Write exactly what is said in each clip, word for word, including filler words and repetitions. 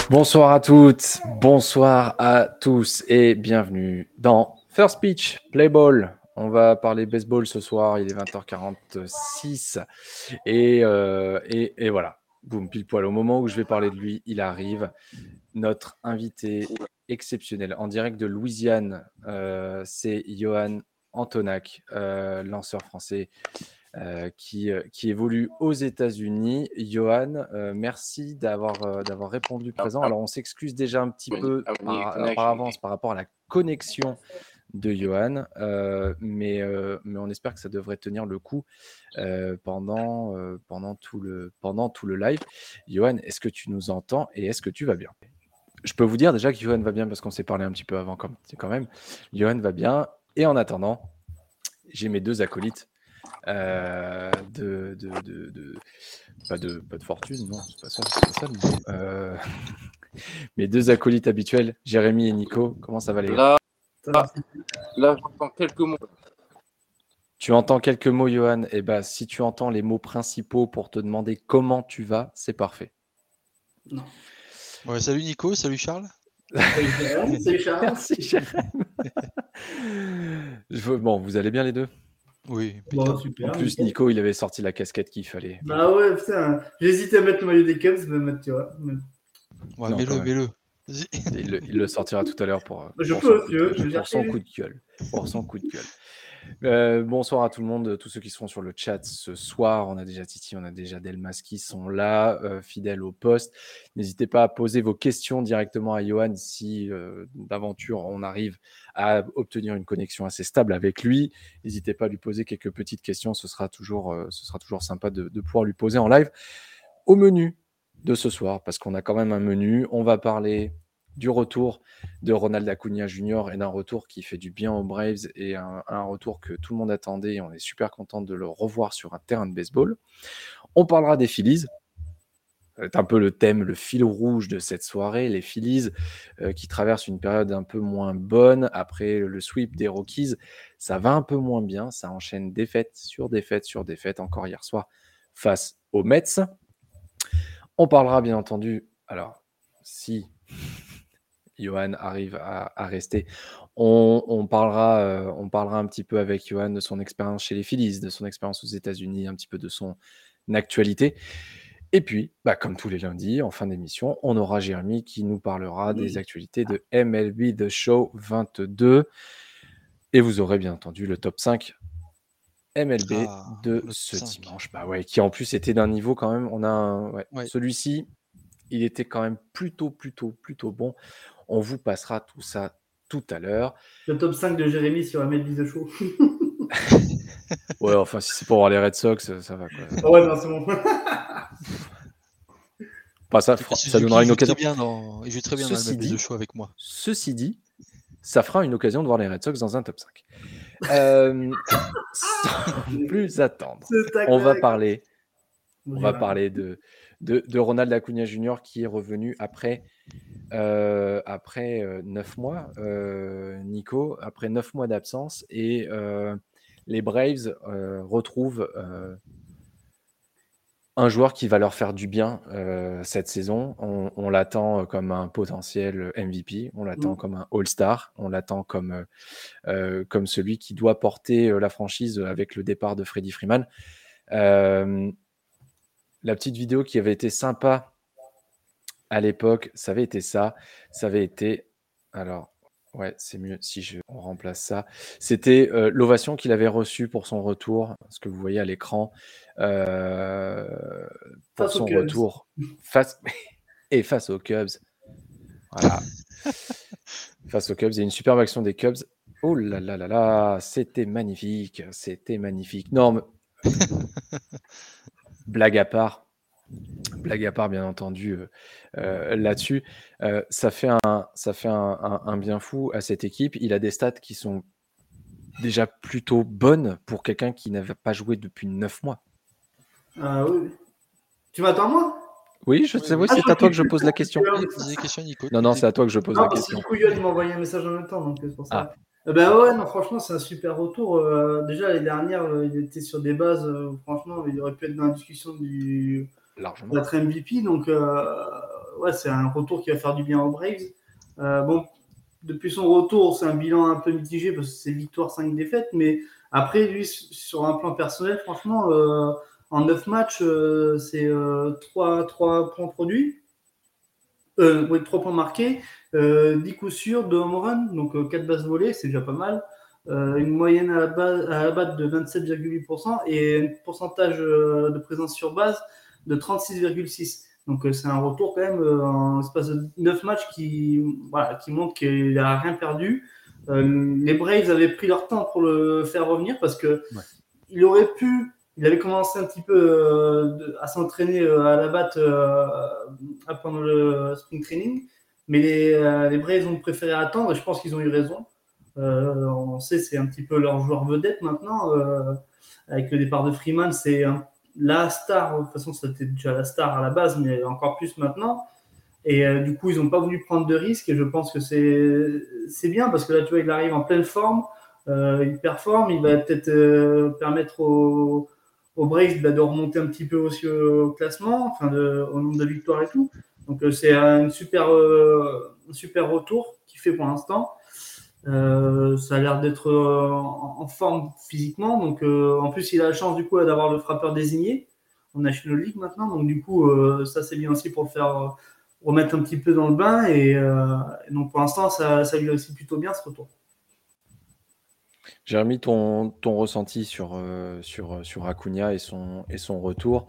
Bonsoir à toutes, bonsoir à tous et bienvenue dans First Pitch Play Ball. On va parler baseball ce soir, il est vingt heures quarante-six et, euh, et, et voilà, boum, pile poil. Au moment où je vais parler de lui, il arrive. Notre invité exceptionnel en direct de Louisiane, euh, c'est Johan Antonac, euh, lanceur français. Euh, qui, euh, qui évolue aux États-Unis. Johan, euh, merci d'avoir, euh, d'avoir répondu présent. Alors, on s'excuse déjà un petit peu par, par avance par rapport à la connexion de Johan, euh, mais, euh, mais on espère que ça devrait tenir le coup euh, pendant, euh, pendant, tout le, pendant tout le live. Johan, est-ce que tu nous entends et est-ce que tu vas bien? Je peux vous dire déjà que Johan va bien parce qu'on s'est parlé un petit peu avant quand même. Johan va bien. Et en attendant, j'ai mes deux acolytes. Euh, de, de, de, de, pas de pas de fortune, non, c'est pas ça, c'est pas ça le mot. Euh, mes deux acolytes habituels, Jérémy et Nico, comment ça va les gars? Là, là j'entends quelques mots. Tu entends quelques mots, Johan? Eh ben, si tu entends les mots principaux pour te demander comment tu vas, c'est parfait. Non. Ouais, salut Nico, salut Charles. Salut Charles. Salut Charles. Merci Jérémy. Je veux... Bon, vous allez bien les deux? Oui, bon, super. En plus, nickel. Nico, il avait sorti la casquette qu'il fallait. Bah ouais, putain. J'hésitais à mettre le maillot des Cubs, mais mettre, tu vois. Mais... Ouais, mets-le, mets-le. Il, le, il le sortira tout à l'heure pour, je pour, peux, son, tu veux, coup de, pour son coup de gueule. Pour son coup de gueule. Euh, bonsoir à tout le monde, tous ceux qui seront sur le chat ce soir. On a déjà Titi, on a déjà Delmas qui sont là, euh, fidèles au poste. N'hésitez pas à poser vos questions directement à Johan si euh, d'aventure on arrive à obtenir une connexion assez stable avec lui. N'hésitez pas à lui poser quelques petites questions, ce sera toujours, euh, ce sera toujours sympa de, de pouvoir lui poser en live. Au menu de ce soir, parce qu'on a quand même un menu, on va parler du retour de Ronald Acuna Junior et d'un retour qui fait du bien aux Braves et un, un retour que tout le monde attendait et on est super content de le revoir sur un terrain de baseball. On parlera des Phillies. C'est un peu le thème, le fil rouge de cette soirée, les Phillies euh, qui traversent une période un peu moins bonne après le sweep des Rockies. Ça va un peu moins bien, ça enchaîne défaite sur défaite sur défaite encore hier soir face aux Mets. On parlera bien entendu, alors si Johan arrive à, à rester, on, on, parlera, euh, on parlera un petit peu avec Johan de son expérience chez les Phillies, de son expérience aux États-Unis, un petit peu de son actualité. Et puis, bah, comme tous les lundis, en fin d'émission, on aura Jérémy qui nous parlera des actualités de M L B The Show vingt-deux. Et vous aurez bien entendu le top cinq M L B ah, de ce cinq. Dimanche, bah ouais, qui en plus était d'un niveau quand même. On a un, ouais, ouais. Celui-ci, il était quand même plutôt, plutôt, plutôt bon. On vous passera tout ça tout à l'heure. Le top cinq de Jérémy sur M L B The Show. Ouais, enfin, si c'est pour voir les Red Sox, ça, ça va quoi. Oh ouais, non, c'est bon. Enfin, ça, fera, ça donnera une occasion. Bien dans... Il joue très bien ceci dans le M L B The Show avec moi. Ceci dit, ça fera une occasion de voir les Red Sox dans un top cinq. Euh, sans plus attendre, on va parler, on va parler de, de, de Ronald Acuna Junior qui est revenu après, euh, après euh, neuf mois, euh, Nico, après neuf mois d'absence et euh, les Braves euh, retrouvent euh, un joueur qui va leur faire du bien euh, cette saison. On, on l'attend comme un potentiel M V P, on l'attend mmh. comme un All-Star, on l'attend comme, euh, comme celui qui doit porter la franchise avec le départ de Freddie Freeman. Euh, la petite vidéo qui avait été sympa à l'époque, ça avait été ça. Ça avait été... Alors, ouais, c'est mieux si je, on remplace ça. C'était euh, l'ovation qu'il avait reçue pour son retour, ce que vous voyez à l'écran. Euh, pour face son retour face et face aux Cubs. Voilà. Face aux Cubs, il y a une superbe action des Cubs. Oh là là là là, c'était magnifique, c'était magnifique. Non, mais... blague à part, blague à part bien entendu euh, euh, là-dessus, euh, ça fait, un, ça fait un, un, un bien fou à cette équipe. Il a des stats qui sont déjà plutôt bonnes pour quelqu'un qui n'avait pas joué depuis neuf mois. Ah oui. Tu m'attends moi? Oui, je sais, oui, ah, c'est je à toi que je pose la question. question Nico, non, non, c'est à toi que je pose non, la question. Du coup, Yoann m'a envoyé un message en même temps, donc c'est pour ça. Ah. Ben ouais, non, franchement, c'est un super retour. Euh, déjà, l'année dernière, euh, il était sur des bases, euh, franchement, il aurait pu être dans la discussion du... Largement. d'être M V P, donc euh, ouais, c'est un retour qui va faire du bien aux Braves. Euh, bon, depuis son retour, c'est un bilan un peu mitigé parce que c'est victoire, cinq défaites. Mais après, lui, sur un plan personnel, franchement, euh, en neuf matchs, euh, c'est euh, trois points produits. Euh, oui, trois points marqués, euh, dix coups sûrs, deux home runs, donc euh, quatre bases volées, c'est déjà pas mal. Euh, une moyenne à la, base, à la batte de vingt-sept virgule huit pour cent et un pourcentage euh, de présence sur base de trente-six virgule six pour cent. Donc euh, c'est un retour quand même euh, en espace de neuf matchs qui, voilà, qui montre qu'il n'a rien perdu. Euh, les Braves avaient pris leur temps pour le faire revenir parce que ouais. il aurait pu, il avait commencé un petit peu euh, de, à s'entraîner euh, à la batte euh, pendant le spring training, mais les, euh, les Braves ont préféré attendre et je pense qu'ils ont eu raison. Euh, on sait c'est un petit peu leur joueur vedette maintenant. Euh, avec le départ de Freeman, c'est un, la star. De toute façon, c'était déjà la star à la base, mais encore plus maintenant. Et euh, du coup, ils n'ont pas voulu prendre de risques. Et je pense que c'est, c'est bien parce que là, tu vois, il arrive en pleine forme. Euh, il performe. Il va peut-être euh, permettre aux, aux Braves bah, de remonter un petit peu aussi au classement, enfin de, au nombre de victoires et tout. Donc, euh, c'est un super, euh, un super retour qu'il fait pour l'instant. Euh, ça a l'air d'être euh, en, en forme physiquement, donc euh, en plus il a la chance du coup d'avoir le frappeur désigné en National League maintenant, donc du coup euh, ça c'est bien aussi pour le faire euh, remettre un petit peu dans le bain et, euh, et donc pour l'instant ça, ça lui réussit plutôt bien ce retour. Jérémy, ton, ton ressenti sur, euh, sur, sur Acuna et son, et son retour,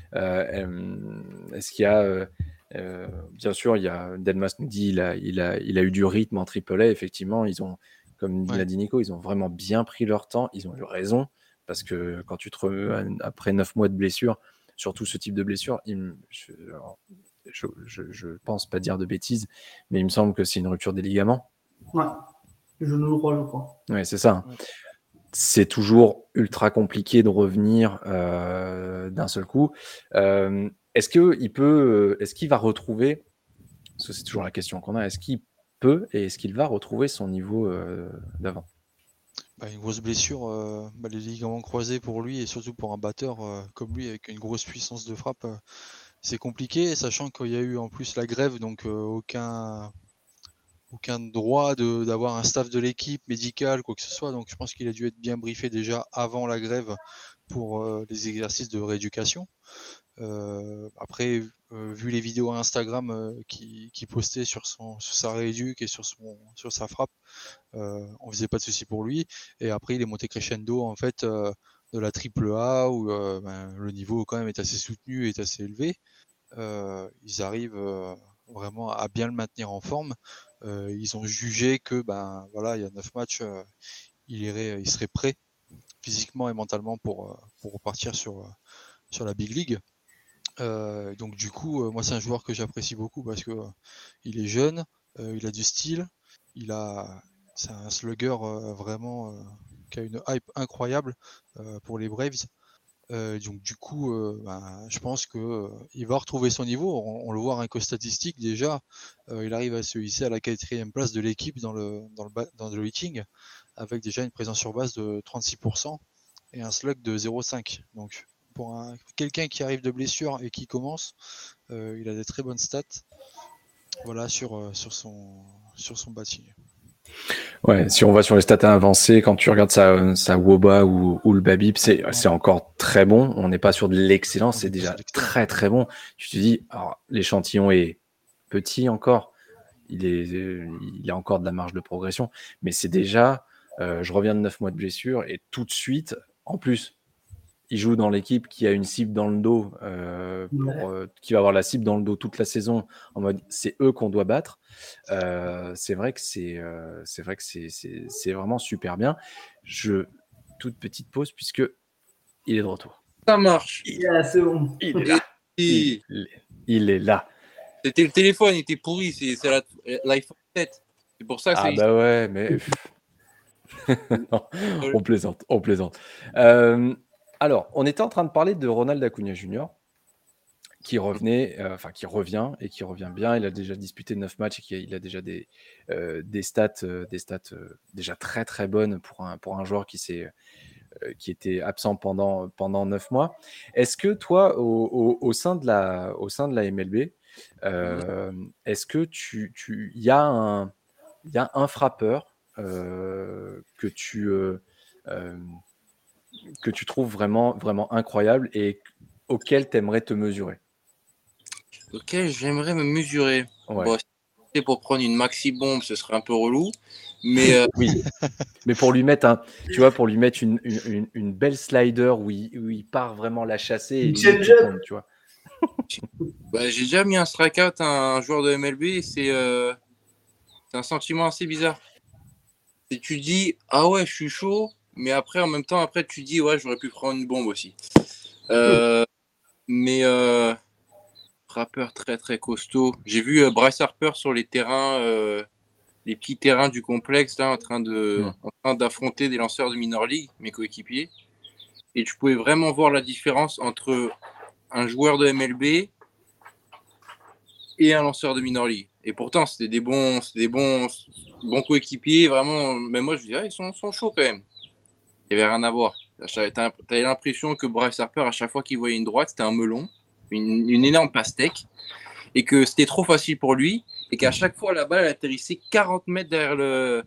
euh, est-ce qu'il y a euh, Euh, bien sûr, il y a Delmas nous dit il a, il a, il a eu du rythme en triple A. Effectivement, ils ont, comme ouais. l'a dit Nico, ils ont vraiment bien pris leur temps. Ils ont eu raison parce que quand tu te remets après neuf mois de blessure, surtout ce type de blessure, il, je, je, je, je pense pas dire de bêtises, mais il me semble que c'est une rupture des ligaments. Ouais, je ne le crois, je crois. Ouais, c'est ça. Ouais. C'est toujours ultra compliqué de revenir euh, d'un seul coup. Euh, Est-ce qu'il peut, est-ce qu'il va retrouver, parce que c'est toujours la question qu'on a, est-ce qu'il peut et est-ce qu'il va retrouver son niveau euh, d'avant? Bah, une grosse blessure, euh, bah, les ligaments croisés pour lui et surtout pour un batteur euh, comme lui avec une grosse puissance de frappe, euh, c'est compliqué, sachant qu'il y a eu en plus la grève, donc euh, aucun, aucun droit de, d'avoir un staff de l'équipe médical, quoi que ce soit. Donc je pense qu'il a dû être bien briefé déjà avant la grève pour euh, les exercices de rééducation. Euh, après, euh, vu les vidéos Instagram euh, qui, qui postait sur, son, sur sa rééduque et sur, son, sur sa frappe, euh, on faisait pas de soucis pour lui. Et après, il est monté crescendo en fait euh, de la triple A où euh, ben, le niveau quand même est assez soutenu, est assez élevé. Euh, ils arrivent euh, vraiment à bien le maintenir en forme. Euh, ils ont jugé que ben voilà, il y a neuf matchs, euh, il irait, il serait prêt physiquement et mentalement pour pour repartir sur sur la big league. Euh, donc du coup, euh, moi c'est un joueur que j'apprécie beaucoup parce que euh, il est jeune, euh, il a du style, il a, c'est un slugger euh, vraiment euh, qui a une hype incroyable euh, pour les Braves. Euh, donc du coup, euh, ben, je pense que euh, il va retrouver son niveau. On, on le voit rien qu'aux statistiques déjà, euh, il arrive à se hisser à la quatrième place de l'équipe dans le dans le dans le hitting, avec déjà une présence sur base de trente-six pour cent et un slug de zéro virgule cinq. Donc pour un, quelqu'un qui arrive de blessure et qui commence, euh, il a des très bonnes stats. Voilà sur euh, sur son sur son batting. Ouais, si on va sur les stats avancées, quand tu regardes sa, sa Woba ou, ou le Babip, c'est, ouais. c'est encore très bon. On n'est pas sur de l'excellence, c'est déjà très très bon. Tu te dis, alors, l'échantillon est petit encore, il est, il a encore de la marge de progression, mais c'est déjà, euh, je reviens de neuf mois de blessure et tout de suite, en plus, il joue dans l'équipe qui a une cible dans le dos, euh, pour, euh, qui va avoir la cible dans le dos toute la saison, en mode c'est eux qu'on doit battre. Euh, c'est vrai que c'est, euh, c'est vrai que c'est, c'est, c'est vraiment super bien. Je toute petite pause puisque il est de retour. Ça marche. Il, yeah, c'est bon. Il est là. Et... Il, il est là. C'était le téléphone, il était pourri. C'est, c'est la, l'iPhone sept. C'est pour ça que ah c'est. Ah bah ouais, mais non, on plaisante, on plaisante. Euh, alors, on était en train de parler de Ronald Acuna Junior qui revenait, euh, enfin qui revient et qui revient bien. Il a déjà disputé neuf matchs et qui a, il a déjà des, euh, des stats, euh, des stats euh, déjà très très bonnes pour un, pour un joueur qui, s'est, euh, qui était absent pendant, pendant neuf mois. Est-ce que toi, au, au, au, sein de la, au sein de la M L B, Euh, est-ce que tu, tu, il y a un, il y a un frappeur euh, que tu, euh, euh, que tu trouves vraiment, vraiment incroyable et auquel tu aimerais te mesurer? Ok, j'aimerais me mesurer. Ouais. Bon, si c'est pour prendre une maxi bombe, ce serait un peu relou. Mais euh, Oui, mais pour lui mettre un, tu vois, pour lui mettre une, une, une, une belle slider où il, où il part vraiment la chasser et Une limite il change-up. tombe, tu vois. bah, j'ai déjà mis un strikeout à un joueur de M L B et c'est euh, c'est un sentiment assez bizarre. Et tu dis, ah ouais, je suis chaud, mais après, en même temps, après, tu dis, ouais, j'aurais pu prendre une bombe aussi. Euh, mais euh, frappeur très très costaud. J'ai vu euh, Bryce Harper sur les terrains, euh, les petits terrains du complexe, là, en train de, Mm. en train d'affronter des lanceurs de minor league, mes coéquipiers. Et tu pouvais vraiment voir la différence entre un joueur de M L B et un lanceur de minor league. Et pourtant, c'était des bons, c'était des bons, bons coéquipiers, vraiment. Mais moi, je dirais, ils sont, sont chauds quand même. Il n'y avait rien à voir. Tu avais l'impression que Bryce Harper, à chaque fois qu'il voyait une droite, c'était un melon, une, une énorme pastèque, et que c'était trop facile pour lui, et qu'à chaque fois, la balle elle atterrissait quarante mètres derrière le.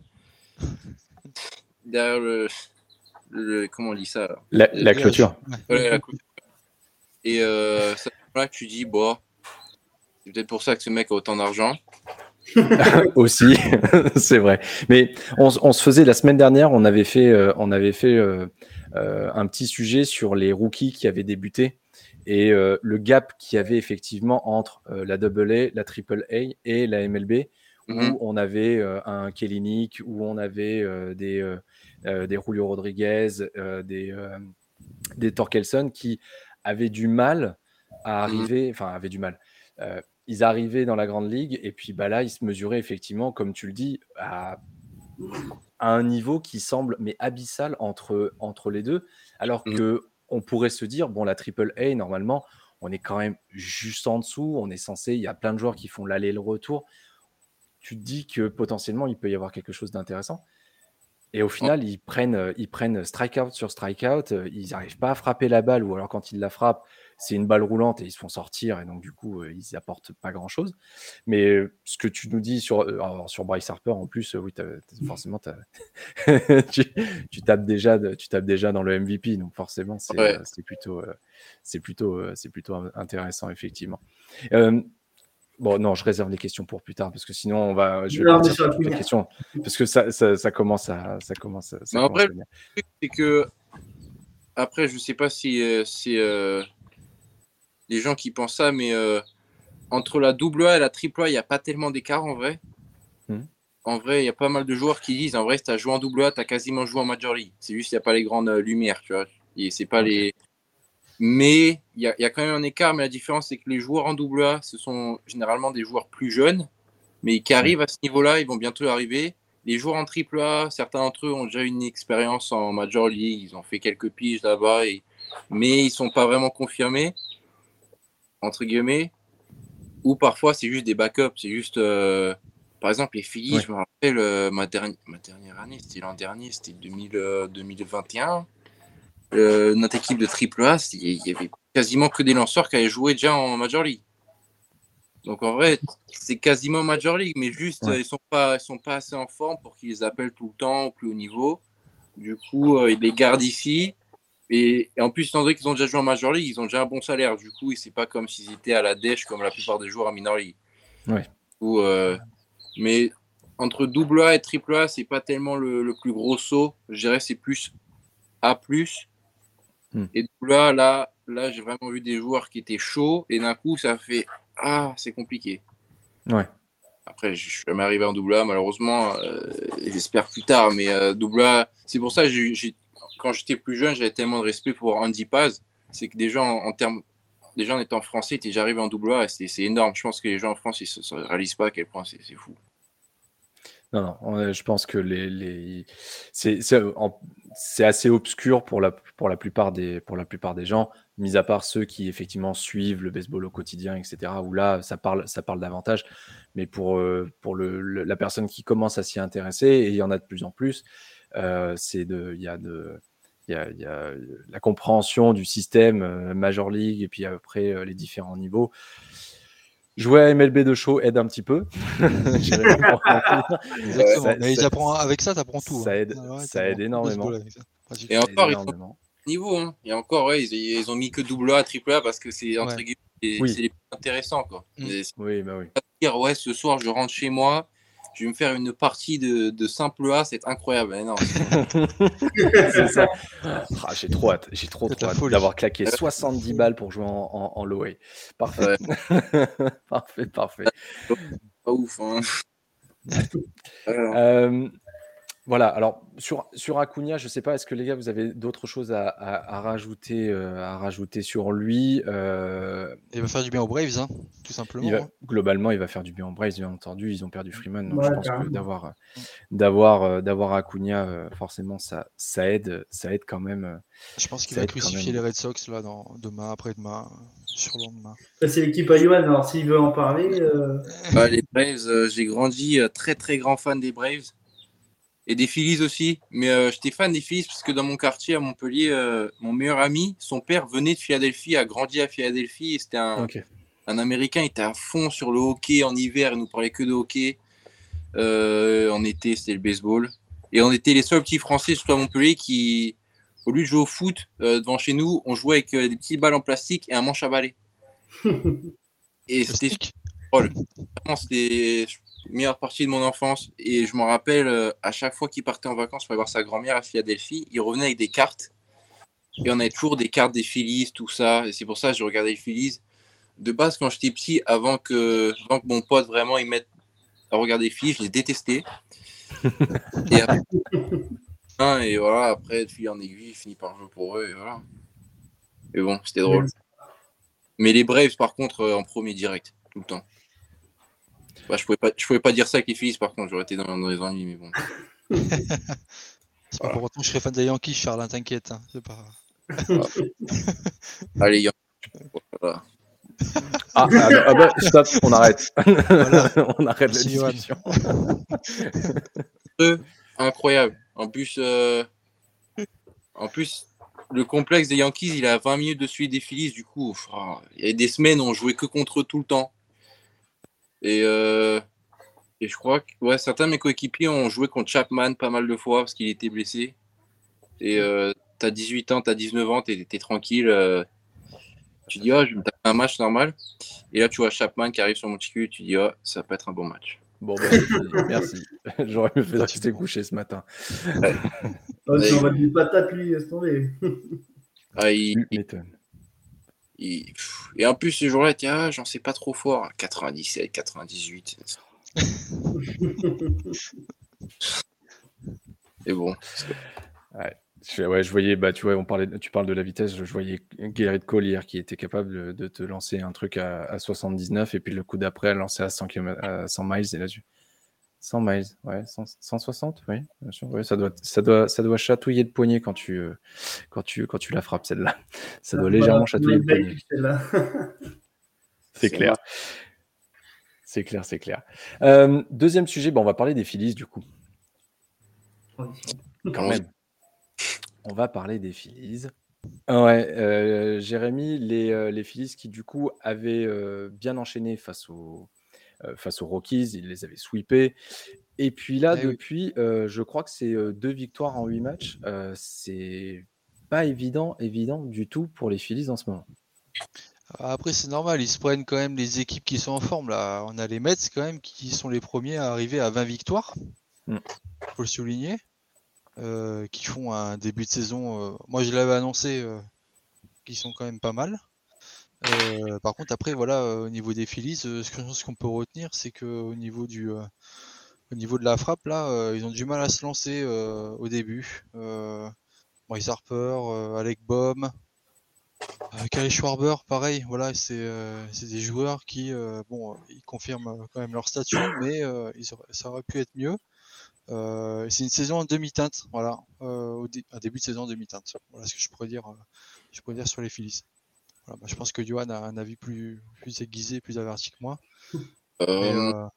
derrière le. le comment on dit ça là La, Le la grillage. clôture. Ouais. Ouais, la clôture. Et euh, ça, là, tu dis, bon, c'est peut-être pour ça que ce mec a autant d'argent. Aussi, c'est vrai. Mais on, on se faisait la semaine dernière, on avait fait, euh, on avait fait euh, euh, un petit sujet sur les rookies qui avaient débuté et euh, le gap qu'il y avait effectivement entre euh, la double A, la triple A et la M L B, où Mhm. on avait euh, un Kellenic, où on avait euh, des, euh, euh, des Julio Rodriguez, euh, des, euh, des Torkelson qui avaient du mal à arriver, enfin avaient du mal. Euh, ils arrivaient dans la grande ligue et puis bah là ils se mesuraient effectivement, comme tu le dis, à, à un niveau qui semble mais abyssal entre, entre les deux, alors Mhm. que on pourrait se dire bon la triple A normalement on est quand même juste en dessous, on est censé, il y a plein de joueurs qui font l'aller et le retour. Tu te dis que potentiellement il peut y avoir quelque chose d'intéressant. Et au final, ils prennent, ils prennent strikeout sur strikeout, ils n'arrivent pas à frapper la balle, ou alors quand ils la frappent, c'est une balle roulante et ils se font sortir, et donc du coup, ils apportent pas grand-chose. Mais ce que tu nous dis sur, alors, sur Bryce Harper, en plus, oui, t'as, t'as, forcément, t'as, tu, tu, tapes déjà, tu tapes déjà dans le M V P, donc forcément, c'est, Ouais. c'est, plutôt, c'est, plutôt, c'est plutôt intéressant, effectivement. Euh, Bon, non, je réserve les questions pour plus tard parce que sinon, on va, je vais Non, mais partir ça sur va toutes les finir. questions parce que ça, ça, ça commence à, ça commence, à- ça Mais commence après, à venir. le truc, c'est que, après, je sais pas si euh, c'est euh, les gens qui pensent ça, mais euh, entre la double A et la triple A, il n'y a pas tellement d'écart en vrai. Hmm. En vrai, il y a pas mal de joueurs qui disent en vrai, si tu as joué en double A, tu as quasiment joué en Major League. C'est juste qu'il n'y a pas les grandes euh, lumières, tu vois. Et c'est pas Ok. les. Mais il y a, il y a quand même un écart, mais la différence, c'est que les joueurs en double A, ce sont généralement des joueurs plus jeunes, mais qui arrivent à ce niveau-là, ils vont bientôt arriver. Les joueurs en triple A, certains d'entre eux ont déjà une expérience en Major League, ils ont fait quelques piges là-bas, et... mais ils ne sont pas vraiment confirmés, entre guillemets. Ou parfois, c'est juste des backups. C'est juste. Euh... Par exemple, les Phillies, Ouais. je me rappelle, euh, ma, dernière, ma dernière année, c'était l'an dernier, c'était deux mille, euh, deux mille vingt et un. Euh, notre équipe de triple A, il y avait quasiment que des lanceurs qui avaient joué déjà en Major League. Donc en vrai, c'est quasiment Major League, mais juste, Ouais. euh, ils sont pas, ils sont pas assez en forme pour qu'ils les appellent tout le temps au plus haut niveau. Du coup, euh, ils les gardent ici. Et, et en plus, étant donné qu'ils ont déjà joué en Major League, ils ont déjà un bon salaire. Du coup, c'est pas comme s'ils étaient à la dèche comme la plupart des joueurs en Minor League. Ouais. Du coup, euh, mais entre double A et triple A, c'est pas tellement le, le plus gros saut. Je dirais c'est plus A plus. Hmm. Et double A, là, là j'ai vraiment vu des joueurs qui étaient chauds. Et d'un coup, ça fait ah, c'est compliqué. Ouais. Après, je suis jamais arrivé en double A, malheureusement. Euh, j'espère plus tard. Mais euh, double A, c'est pour ça que j'ai, j'ai, quand j'étais plus jeune, j'avais tellement de respect pour Andy Paz. C'est que déjà, en, en termes. Déjà, en étant français, tu es déjà arrivé en double A. C'est, c'est énorme. Je pense que les gens en France, ils ne réalisent pas à quel point c'est, c'est fou. Non, non, on- je pense que les, les... C'est, c'est, en- c'est assez obscur pour la, pour, la plupart des, pour la plupart des gens, mis à part ceux qui effectivement suivent le baseball au quotidien, et cetera, où là, ça parle, ça parle davantage. Mais pour, euh, pour le, le- la personne qui commence à s'y intéresser, et il y en a de plus en plus, euh, c'est de, il y a de, il y a, il y a la compréhension du système euh, Major League et puis après euh, les différents niveaux. jouer à M L B de show aide un petit peu. Jérémy, pour conclure. Exactement. Ça- Mais ça- ils apprend- avec ça, tu apprends tout. ça hein. aide- Ouais, ça t'apprends aide tout le énormément. baseball avec ça, pratiquement. Et Ça aide encore, ils sont énormément. niveau. Hein. Et encore, ouais, ils, ils ont mis que double A, triple A parce que c'est entre Ouais. guillemets, c'est Oui. c'est les plus intéressants. Quoi. Mm. Et c'est Oui, bah oui. pas de dire, ouais, ce soir, je rentre chez moi, je vais me faire une partie de, de simple A, c'est incroyable. Mais non, c'est- C'est ça. Ah, j'ai trop hâte, j'ai trop, C'est trop la hâte folie. d'avoir claqué soixante-dix balles pour jouer en, en, en low A. Parfait. parfait, parfait. pas ouf. Hein. Voilà. Euh, voilà, alors sur, sur Acuna, je ne sais pas, est-ce que les gars, vous avez d'autres choses à, à, à rajouter, euh, à rajouter sur lui euh, Il va faire du bien aux Braves, hein, tout simplement. il va, hein. Globalement, il va faire du bien en Braves, bien entendu. Ils ont perdu Freeman, donc Ouais, je pense que carrément. d'avoir, euh, d'avoir, euh, d'avoir Acuna, euh, forcément, ça, ça, aide, ça aide quand même. euh, Je pense qu'il Ça va aide quand crucifier même. les Red Sox là, dans, demain, après-demain, sur le lendemain. Ça, c'est l'équipe à Johan. Alors, s'il veut en parler, euh, Bah, les Braves, euh, j'ai grandi euh, très très grand fan des Braves et des Phillies aussi. Mais euh, j'étais fan des Phillies parce que dans mon quartier à Montpellier, euh, mon meilleur ami, son père venait de Philadelphie, a grandi à Philadelphie. Et c'était un, Ok. un Américain, il était à fond sur le hockey en hiver, il nous parlait que de hockey. Euh, en été, c'était le baseball. Et on était les seuls petits Français, surtout à Montpellier, qui, au lieu de jouer au foot euh, devant chez nous, on jouait avec euh, des petites balles en plastique et un manche à balai. Et Le c'était stick. drôle. Vraiment, c'était la meilleure partie de mon enfance. Et je me rappelle, euh, à chaque fois qu'il partait en vacances pour aller voir sa grand-mère à Philadelphie, il revenait avec des cartes. Et on avait toujours des cartes des Phillies, tout ça. Et c'est pour ça que je regardais les Phillies. De base, quand j'étais petit, avant que, avant que mon pote vraiment il mette à regarder les Phillies, je les détestais. Et après, hein, et voilà, après, de fil en aiguille, il finit par jouer pour eux. Et voilà. Mais bon, c'était drôle. Mais les Braves, par contre, euh, en premier direct, tout le temps. Bah, je pouvais pas, je pouvais pas dire ça avec les Phillies, par contre, j'aurais été dans, dans les ennuis, mais bon. C'est pas Voilà. pour autant que je serais fan des Yankees, Charles, hein, t'inquiète. Hein, c'est pas... Allez, Yankees. Voilà. Ah, ah, bah, ah bah, stop, on arrête. Voilà. on arrête Merci, la Johan. discussion. Eux, incroyable. En plus, euh, en plus, le complexe des Yankees, il est à vingt minutes de celui des Phillies. Du coup, pff, ah, il y a des semaines où on jouait que contre eux tout le temps. Et, euh, et je crois que ouais, certains de mes coéquipiers ont joué contre Chapman pas mal de fois parce qu'il était blessé. Et euh, t'as dix-huit ans, t'as dix-neuf ans, t'es, t'es tranquille. euh, tu dis, ah, je vais me taper un match normal. Et là, tu vois Chapman qui arrive sur mon petit cul, tu dis, ah, ça va pas être un bon match. Bon, bah, c'est fini. Merci. J'aurais mieux fait de rester Effectivement. couché ce matin. oh, si on va une patate, lui, laisse tomber. Ah, il- Tu il- m'étonnes. il- pff. Et en plus, ce jour-là, tu dis, ah, j'en sais pas trop fort. quatre-vingt-dix-sept, quatre-vingt-dix-huit. Et bon. Je, ouais, je voyais, bah, tu vois, on parlait, tu parles de la vitesse, je, je voyais Gerrit Cole hier qui était capable de, de te lancer un truc à, à soixante-dix-neuf et puis le coup d'après à lancer à cent kilomètres, à cent miles et là-dessus. cent miles, ouais, cent, cent soixante, oui, bien sûr, ouais, ça doit, ça doit, ça doit chatouiller le poignet quand tu, euh, quand tu, quand tu la frappes celle-là. Ça doit légèrement chatouiller le poignet. Celle-là. C'est clair. C'est clair, c'est clair. Euh, deuxième sujet, bon, on va parler des Phillies du coup. Quand même. On va parler des Phillies. Ouais, euh, Jérémy, les, euh, les Phillies qui du coup avaient euh, bien enchaîné face aux, euh, face aux Rockies, ils les avaient sweepés. Et puis là, Eh oui. depuis, euh, je crois que c'est euh, deux victoires en huit matchs. Euh, c'est pas évident, évident du tout pour les Phillies en ce moment. Après, c'est normal, ils se prennent quand même les équipes qui sont en forme. Là, on a les Mets quand même qui sont les premiers à arriver à vingt victoires. Mm. Faut le souligner. Euh, qui font un début de saison. Euh, moi, je l'avais annoncé, euh, qui sont quand même pas mal. Euh, par contre, après, voilà, euh, au niveau des Phillies, euh, ce, que, ce qu'on peut retenir, c'est que au niveau du, euh, au niveau de la frappe, là, euh, ils ont du mal à se lancer euh, au début. Euh, Bryce Harper, euh, Alec Bohm, euh, Kyle Schwarber, pareil. Voilà, c'est, euh, c'est des joueurs qui, euh, bon, ils confirment quand même leur statut, mais euh, ils auraient, ça aurait pu être mieux. Euh, c'est une saison en demi-teinte, voilà, euh, au dé- un début de saison en demi-teinte. Voilà ce que je pourrais dire, euh, je pourrais dire sur les Phillies. Voilà, bah, je pense que Johan a un avis plus, plus aiguisé, plus averti que moi. Mais, Euh, euh,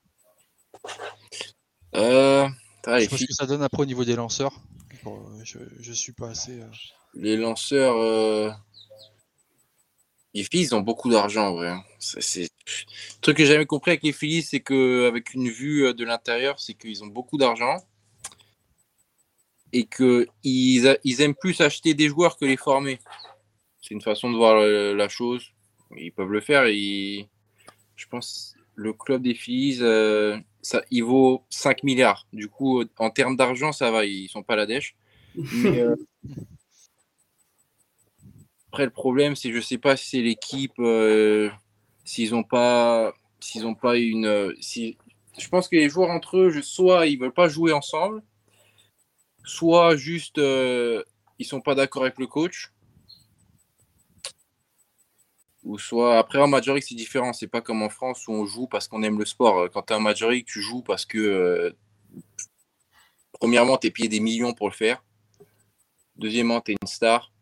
euh, ah, je les, sais pas ce filles, que ça donne après au niveau des lanceurs. Bon, euh, je, je suis pas assez. euh, les lanceurs, euh, les filles, ils ont beaucoup d'argent, en vrai. hein. C'est, c'est- Le truc que j'ai jamais compris avec les Phillies, c'est qu'avec une vue de l'intérieur, c'est qu'ils ont beaucoup d'argent et qu'ils a, ils aiment plus acheter des joueurs que les former. C'est une façon de voir la, la chose. Ils peuvent le faire. Et je pense le club des Phillies, euh, ça, il vaut cinq milliards. Du coup, en termes d'argent, ça va. Ils sont pas la dèche. Mais euh, après, le problème, c'est je sais pas si c'est l'équipe, euh, s'ils ont pas, s'ils ont pas une, euh, si, je pense que les joueurs entre eux, je, soit ils veulent pas jouer ensemble, soit juste euh, ils sont pas d'accord avec le coach, ou soit après en Major League c'est différent. C'est pas comme en France où on joue parce qu'on aime le sport. Quand t'es en Major League, tu joues parce que euh, premièrement t'es payé des millions pour le faire, deuxièmement t'es une star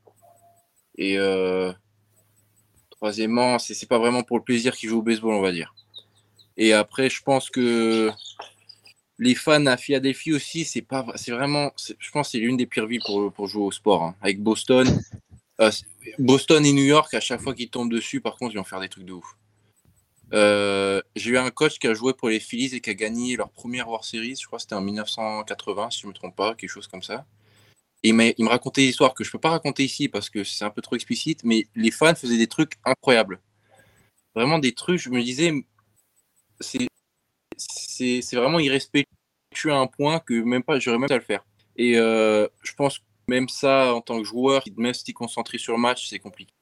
et euh, troisièmement c'est, c'est pas vraiment pour le plaisir qu'ils jouent au baseball, on va dire. Et après, je pense que les fans à Philadelphie aussi, c'est pas, c'est vraiment, c'est, je pense que c'est l'une des pires villes pour, pour jouer au sport. Hein. Avec Boston, euh, Boston et New York, à chaque fois qu'ils tombent dessus, par contre, ils vont faire des trucs de ouf. Euh, j'ai eu un coach qui a joué pour les Phillies et qui a gagné leur première World Series, je crois que c'était en dix-neuf cent quatre-vingts, si je ne me trompe pas, quelque chose comme ça. Et il, il me racontait des histoires que je ne peux pas raconter ici parce que c'est un peu trop explicite, mais les fans faisaient des trucs incroyables. Vraiment des trucs, je me disais, c'est, c'est, c'est vraiment irrespectueux à un point que même pas, j'aurais même pas à le faire. Et euh, je pense que même ça, en tant que joueur, même si tu es concentré sur le match, c'est compliqué.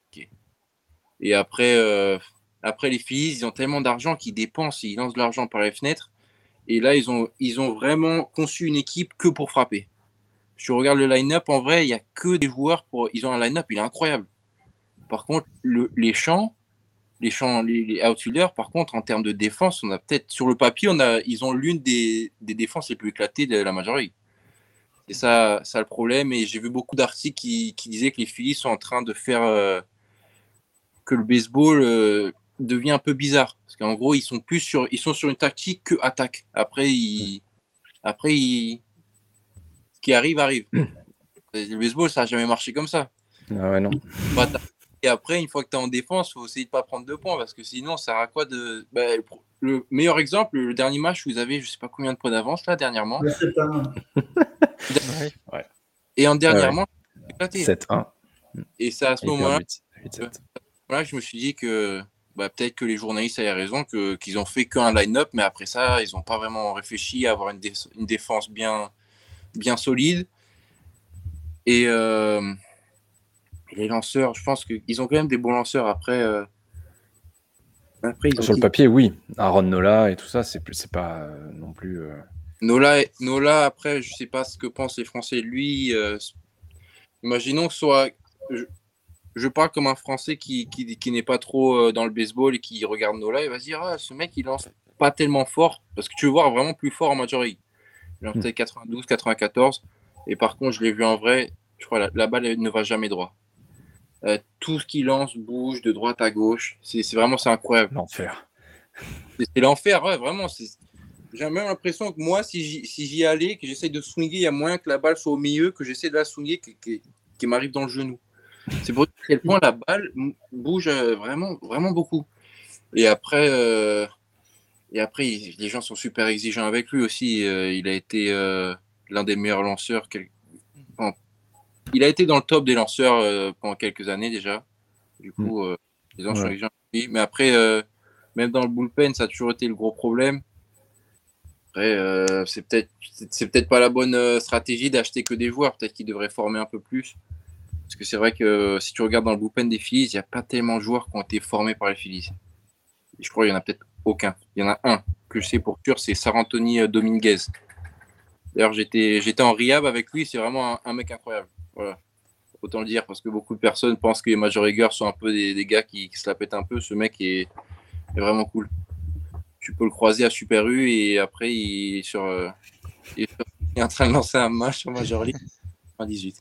Et après, euh, après les Phillies, ils ont tellement d'argent qu'ils dépensent, ils lancent de l'argent par les fenêtres. Et là, ils ont, ils ont vraiment conçu une équipe que pour frapper. Si tu regardes le line-up, en vrai, il n'y a que des joueurs pour. Ils ont un line-up, il est incroyable. Par contre, le, les champs, les champs, les, les outfielders, par contre, en termes de défense, on a peut-être sur le papier, on a, ils ont l'une des, des défenses les plus éclatées de la Major League. C'est ça, ça le problème. Et j'ai vu beaucoup d'articles qui, qui disaient que les Phillies sont en train de faire euh, que le baseball euh, devient un peu bizarre. Parce qu'en gros, ils sont plus sur, ils sont sur une tactique que attaque. Après, ils, après, ils, ce qui arrive arrive. Le baseball, ça n'a jamais marché comme ça. Ah ouais, non. Et après, une fois que tu es en défense, il faut essayer de ne pas prendre deux points parce que sinon, ça sert à quoi de. Bah, le meilleur exemple, le dernier match, vous avez je ne sais pas combien de points d'avance là, dernièrement. Ouais, c'est un. Ouais. Et en dernièrement, ah ouais. sept un. Et c'est à ce moment-là voilà, je me suis dit que bah, peut-être que les journalistes avaient raison, que, qu'ils ont fait qu'un line-up, mais après ça, ils n'ont pas vraiment réfléchi à avoir une, dé- une défense bien, bien solide. Et. Euh... Les lanceurs, je pense qu'ils ont quand même des bons lanceurs. Après, euh... après ils ont sur qui... le papier, oui. Aaron Nola et tout ça, c'est, c'est pas euh, non plus. Euh... Nola, Nola, après, je sais pas ce que pensent les Français. Lui, euh... imaginons que soit. Je... je parle comme un Français qui, qui, qui n'est pas trop euh, dans le baseball et qui regarde Nola et va se dire ah, ce mec, il lance pas tellement fort. Parce que tu veux voir vraiment plus fort en Major League. Il lance peut-être quatre-vingt-douze, quatre-vingt-quatorze. Et par contre, je l'ai vu en vrai. Je crois la, la balle elle ne va jamais droit. Euh, tout ce qu'il lance bouge de droite à gauche. C'est, c'est vraiment c'est incroyable. L'enfer. C'est, c'est l'enfer, ouais, vraiment. C'est... J'ai même l'impression que moi, si j'y, si j'y allais, que j'essaie de swinguer, il y a moyen que la balle soit au milieu, que j'essaie de la swinguer, qui m'arrive dans le genou. C'est pour dire à quel point la balle bouge vraiment, vraiment beaucoup. Et après, euh, et après, les gens sont super exigeants avec lui aussi. Euh, il a été euh, l'un des meilleurs lanceurs. Quel... Enfin, il a été dans le top des lanceurs euh, pendant quelques années déjà. Du coup, euh, les gens ouais. sont exigeants avec lui. Mais après, euh, même dans le bullpen, ça a toujours été le gros problème. Après, euh, c'est peut-être, c'est, c'est peut-être pas la bonne euh, stratégie d'acheter que des joueurs. Peut-être qu'il devrait former un peu plus. Parce que c'est vrai que euh, si tu regardes dans le bullpen des Phillies, il n'y a pas tellement de joueurs qui ont été formés par les Phillies. Et je crois qu'il n'y en a peut-être aucun. Il y en a un que je sais pour sûr, c'est Sarantoni Dominguez. D'ailleurs, j'étais, j'étais en rehab avec lui. C'est vraiment un, un mec incroyable. Voilà. Autant le dire, parce que beaucoup de personnes pensent que les major leaguers sont un peu des, des gars qui, qui se la pètent un peu. Ce mec est, est vraiment cool. Tu peux le croiser à Super U et après, il est, sur, euh, il est, sur, il est en train de lancer un match sur Major League quatre-vingt-dix-huit.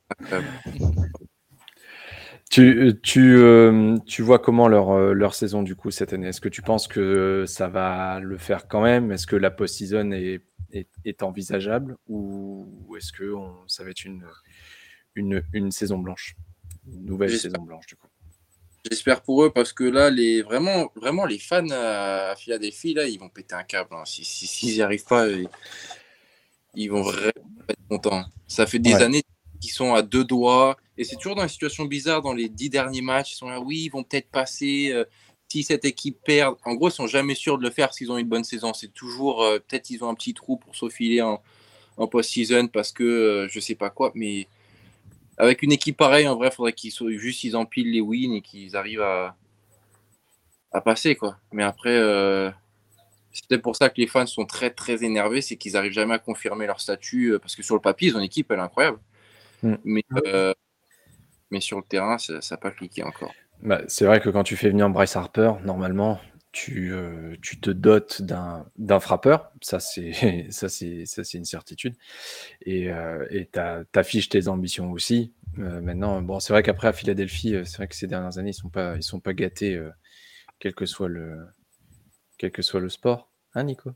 Tu, tu, euh, tu vois comment leur, leur saison du coup cette année? Est-ce que tu penses que ça va le faire quand même? Est-ce que la post-season est, est, est envisageable ou est-ce que on, ça va être une, une, une saison blanche, une nouvelle J'espère, saison blanche du coup? J'espère pour eux parce que là, les, vraiment, vraiment, les fans à Philadelphie, là, ils vont péter un câble. Hein. Si, si, s'ils n'y arrivent pas, ils, ils vont vraiment pas être contents. Ça fait des Ouais. années qu'ils sont à deux doigts. Et c'est toujours dans une situation bizarre dans les dix derniers matchs. Ils sont là, oui, ils vont peut-être passer. Euh, si cette équipe perd, en gros, ils sont jamais sûrs de le faire s'ils ont une bonne saison. C'est toujours, euh, peut-être ils ont un petit trou pour s'aufiler en, en post-season parce que euh, je sais pas quoi. Mais avec une équipe pareille, en vrai, il faudrait qu'ils soient juste ils empilent les wins et qu'ils arrivent à, à passer, quoi. Mais après, euh, c'est peut-être pour ça que les fans sont très, très énervés, c'est qu'ils n'arrivent jamais à confirmer leur statut, euh, parce que sur le papier, ils ont une équipe, elle est incroyable. Mm. Mais, euh, mais sur le terrain, ça n'a pas cliqué encore. Bah, c'est vrai que quand tu fais venir Bryce Harper, normalement, tu, euh, tu te dotes d'un, d'un frappeur. Ça, c'est, ça, c'est, ça, c'est une certitude. Et euh, et tu affiches tes ambitions aussi. Euh, maintenant, bon, c'est vrai qu'après, à Philadelphie, euh, c'est vrai que ces dernières années, ils ne sont, pas, ils sont pas gâtés, euh, quel, que soit le, quel que soit le sport. Hein, Nico?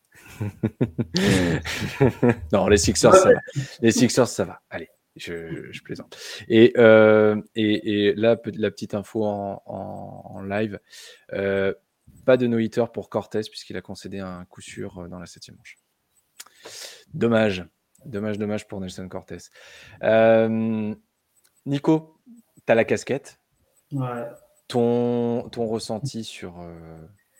Non, les Sixers, ça va. Les Sixers, ça va. Allez. Je, je plaisante. Et, euh, et, et là, la petite info en, en, en live. Euh, pas de no-hitter pour Cortés puisqu'il a concédé un coup sûr dans la septième manche. Dommage. Dommage, dommage pour Nelson Cortés. Euh, Nico, tu as la casquette. Ouais. Ton, ton ressenti sur... Euh...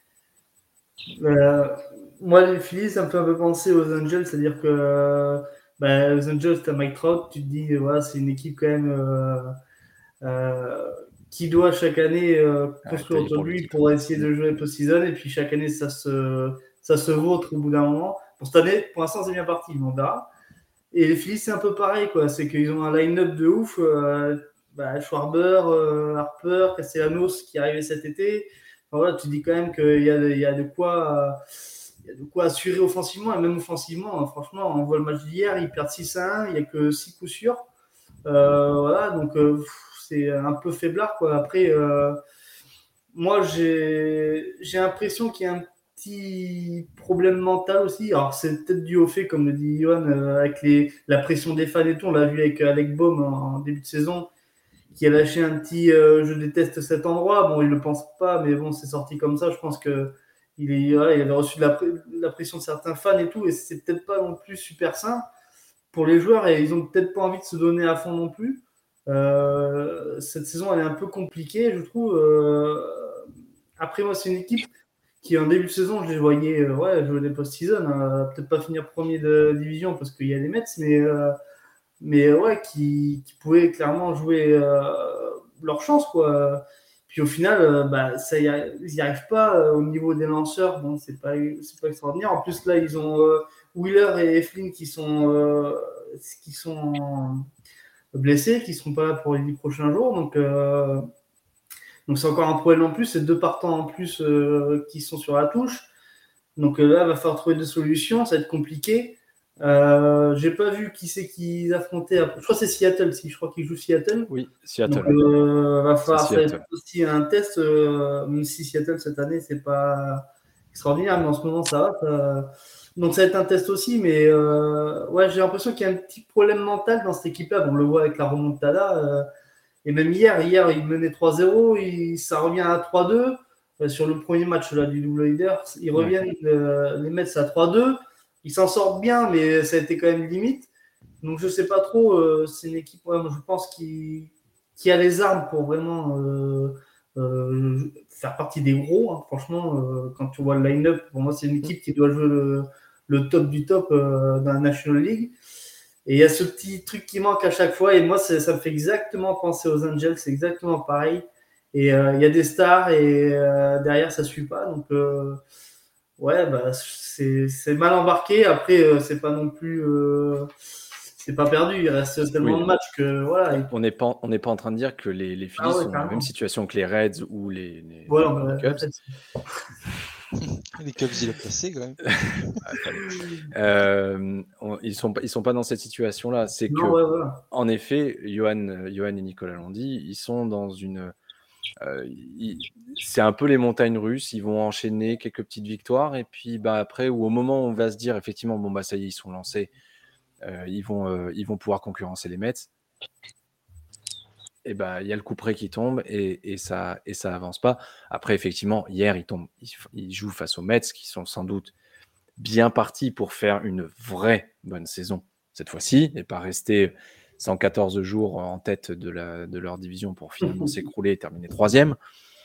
Euh, moi, les Phillies, ça me fait un peu penser aux Angels, c'est-à-dire que euh, bah, aux Angels, tu as Mike Trout, tu te dis, voilà, c'est une équipe quand même euh, euh, qui doit chaque année euh, construire ah, autour de lui pour essayer de jouer post-season, et puis chaque année, ça se, ça se vautre au bout d'un moment. Pour cette année, pour l'instant, c'est bien parti, mais on verra. Et les Phillies, c'est un peu pareil, quoi. C'est qu'ils ont un line-up de ouf. Euh, bah, Schwarber, euh, Harper, Castellanos qui arrivait cet été. Enfin, voilà, tu dis quand même qu'il y a, il y a de quoi. Euh, il y a de quoi assurer offensivement, et même offensivement, hein, franchement, on voit le match d'hier, ils perdent six à un, il n'y a que six coups sûrs. Euh, voilà, donc euh, pff, c'est un peu faiblard, quoi. Après, euh, moi, j'ai j'ai l'impression qu'il y a un petit problème mental aussi. Alors, c'est peut-être dû au fait, comme le dit Johan, euh, avec les, la pression des fans et tout. On l'a vu avec Alec Baum en, en début de saison, qui a lâché un petit euh, je déteste cet endroit. Bon, il le pense pas, mais bon, c'est sorti comme ça. Je pense que il, est, voilà, il avait reçu de la, de la pression de certains fans et tout, et c'est peut-être pas non plus super sain pour les joueurs, et ils ont peut-être pas envie de se donner à fond non plus. Euh, cette saison, elle est un peu compliquée, je trouve. Euh, après, moi, c'est une équipe qui, en début de saison, je les voyais euh, ouais, jouer des post-season. Euh, peut-être pas finir premier de division parce qu'il y a les Mets, mais, euh, mais ouais, qui, qui pouvaient clairement jouer euh, leur chance, quoi. Puis au final, euh, bah, ça y a, ils n'y arrivent pas euh, au niveau des lanceurs. Bon, c'est pas, c'est pas extraordinaire. En plus, là, ils ont euh, Wheeler et Eflin qui sont, euh, qui sont blessés, qui ne seront pas là pour les dix prochains jours. Donc, euh, donc c'est encore un problème en plus. C'est deux partants en plus euh, qui sont sur la touche. Donc euh, là, il va falloir trouver des solutions. Ça va être compliqué. Euh, j'ai pas vu qui c'est qu'ils affrontaient. Je crois que c'est Seattle. Si je crois qu'ils jouent Seattle. Oui, Seattle. Donc, euh, va falloir faire aussi un test. Euh, même si Seattle cette année c'est pas extraordinaire, mais en ce moment ça va. Ça... Donc ça va être un test aussi, mais euh, ouais, j'ai l'impression qu'il y a un petit problème mental dans cette équipe-là. Bon, on le voit avec la remontada. Euh, et même hier, hier, il menait trois zéro, il, ça revient à trois deux. Euh, sur le premier match là, du double leader, ils reviennent, ouais. euh, les Mets à trois deux. Ils s'en sortent bien, mais ça a été quand même limite. Donc je sais pas trop, euh, c'est une équipe, ouais, je pense, qui, qui a les armes pour vraiment euh, euh, faire partie des gros. Hein. Franchement, euh, quand tu vois le line-up, pour moi, c'est une équipe qui doit jouer le, le top du top euh, dans la National League. Et il y a ce petit truc qui manque à chaque fois. Et moi, ça me fait exactement penser aux Angels. C'est exactement pareil. Et il euh, y a des stars et euh, derrière, ça ne suit pas. Donc, euh, ouais, bah, c'est, c'est mal embarqué. Après, euh, c'est pas non plus... Euh, c'est pas perdu. Il reste tellement oui. de matchs que... Voilà. On n'est pas, on n'est pas en train de dire que les, les Phillies ah ouais, sont dans la même situation que les Reds ou les, les, voilà, les Cubs. Les Cubs, il a placé quand même. euh, on, ils sont ils sont pas dans cette situation-là. C'est non, que, ouais, voilà. En effet, Johan, Johan et Nicolas l'ont dit, ils sont dans une. Euh, ils, c'est un peu les montagnes russes. Ils vont enchaîner quelques petites victoires et puis bah après, ou au moment où on va se dire effectivement, bon bah ça y est, ils sont lancés, euh, ils vont euh, ils vont pouvoir concurrencer les Mets. et ben il y a le coup près qui tombe et, et ça et ça avance pas. Après effectivement hier il tombe, il, il joue face aux Mets qui sont sans doute bien partis pour faire une vraie bonne saison cette fois-ci et pas rester cent quatorze jours en tête de la de leur division pour finalement s'écrouler et terminer troisième.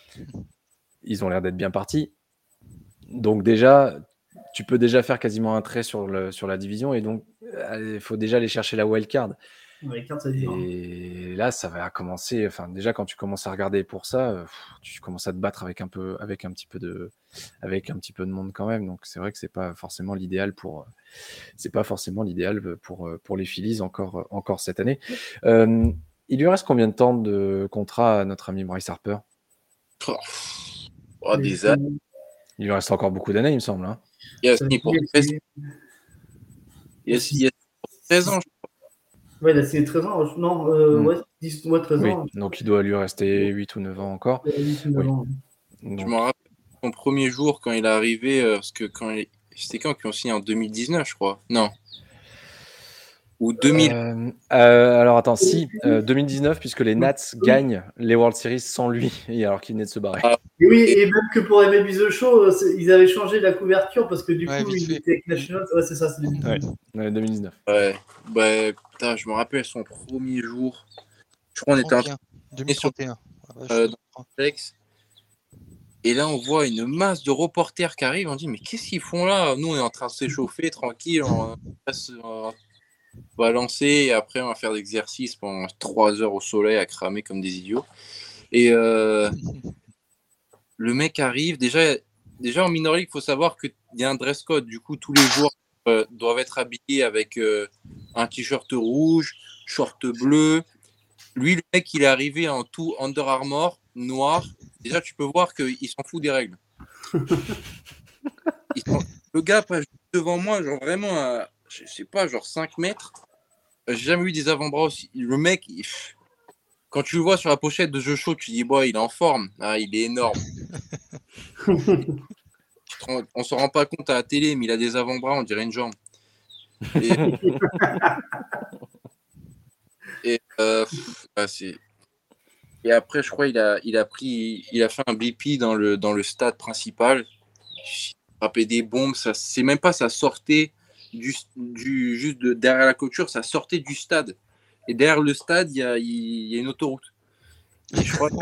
Ils ont l'air d'être bien partis. Donc déjà tu peux déjà faire quasiment un trait sur le sur la division et donc il faut déjà aller chercher la wildcard. Wildcard, ça dur, hein. Et là, ça va commencer. Enfin, déjà, quand tu commences à regarder pour ça, euh, tu commences à te battre avec un peu, avec un petit peu de, avec un petit peu de monde quand même. Donc, c'est vrai que c'est pas forcément l'idéal pour, c'est pas forcément l'idéal pour pour les Phillies encore encore cette année. Euh, il lui reste combien de temps de contrat à notre ami Bryce Harper? Oh, oh, des années. Il lui reste encore beaucoup d'années, il me semble. Hein. Il a signé pour treize Il a signé pour treize ans. Ouais, il a signé treize ans. Non, euh, Mm. ouais, dix, ouais, treize oui. ans. Donc, il doit lui rester huit ou neuf ans encore. huit ou neuf oui. ans. Donc... Je me rappelle son premier jour quand il est arrivé, euh, parce que quand il... c'était quand qu'ils ont signé en deux mille dix-neuf, je crois. Non. Ou deux mille. Euh, euh, alors attends, si, euh, deux mille dix-neuf, puisque les Nats gagnent les World Series sans lui, et alors qu'il venait de se barrer. Ah, et oui, et même que pour M L B The Show, ils avaient changé la couverture parce que du ouais, coup, il était avec National. Ouais, c'est ça, c'est deux mille dix-neuf. Ouais, ouais, deux mille dix-neuf. Ouais, bah, putain, je me rappelle son premier jour. Je crois qu'on était en deux mille trente et un. Euh, dans Alex. Et là, on voit une masse de reporters qui arrivent. On dit, mais qu'est-ce qu'ils font là? Nous, on est en train de s'échauffer, tranquille. On va, se, on va lancer et après, on va faire l'exercice pendant trois heures au soleil à cramer comme des idiots. Et euh, le mec arrive. Déjà, déjà en minor league, il faut savoir qu'il y a un dress code. Du coup, tous les joueurs euh, doivent être habillés avec euh, un t-shirt rouge, short bleu. Lui, le mec, il est arrivé en tout Under Armour, noir. Déjà, tu peux voir qu'il s'en fout des règles. S'en... Le gars passe devant moi, genre vraiment à, je sais pas, genre cinq mètres. J'ai jamais vu des avant-bras aussi. Le mec, il... quand tu le vois sur la pochette de Jeux Chaud, tu dis, bon, il est en forme. Ah, il est énorme. On se rend pas compte à la télé, mais il a des avant-bras, on dirait une jambe. Et, et euh, bah, c'est... Et après, je crois il a, il a pris, il a fait un B P dans le, dans le stade principal. Il frappait des bombes. Ça, c'est même pas, ça sortait du, du juste de, derrière la clôture, ça sortait du stade. Et derrière le stade, il y a, il y a une autoroute. Et je crois.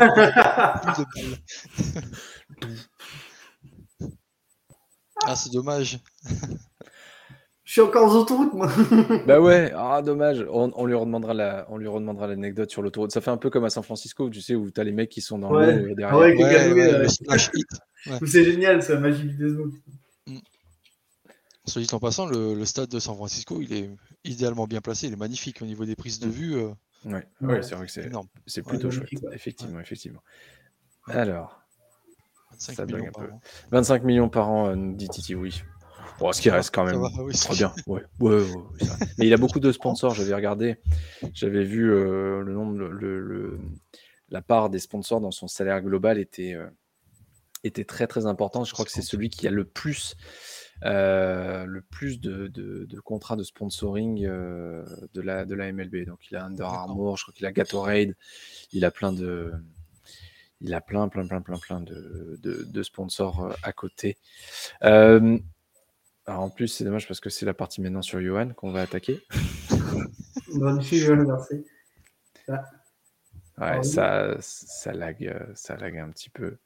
ah, c'est dommage. Je suis encore aux autoroutes, moi. Bah ouais, ah dommage. On, on lui redemandera la, on lui redemandera l'anecdote sur l'autoroute. Ça fait un peu comme à San Francisco, tu sais, où t'as les mecs qui sont dans ouais. l'eau derrière. Ah ouais, ouais, ouais, ouais, ouais. le splash hit. Ouais. C'est génial, c'est la magie du baseball. Mm. Soit dit en passant, le, le stade de San Francisco, il est idéalement bien placé, il est magnifique au niveau des prises de vue. Euh... Ouais, ouais, ouais, c'est vrai que c'est énorme. C'est plutôt ouais, chouette, ouais. effectivement, ouais. effectivement. Alors, vingt-cinq millions par un peu. an. vingt-cinq millions par an, nous dit Titi, oui. Bon, ce qui reste quand même va, oui, très bien. Ouais. Ouais, ouais, ouais, ça. Mais il a beaucoup de sponsors, j'avais regardé, j'avais vu euh, le nombre, le, le, le, la part des sponsors dans son salaire global était, euh, était très très importante. Je crois que c'est celui qui a le plus, euh, le plus de, de, de contrats de sponsoring euh, de, la, de la M L B. Donc il a Under Armour, je crois qu'il a Gatorade, il a plein de... Il a plein, plein, plein, plein, plein de, de, de sponsors à côté. Euh, alors en plus, c'est dommage parce que c'est la partie maintenant sur Johan qu'on va attaquer. Bonne fille, merci. Ah. Ouais, ah, ça, oui. ça, lag, ça lag un petit peu.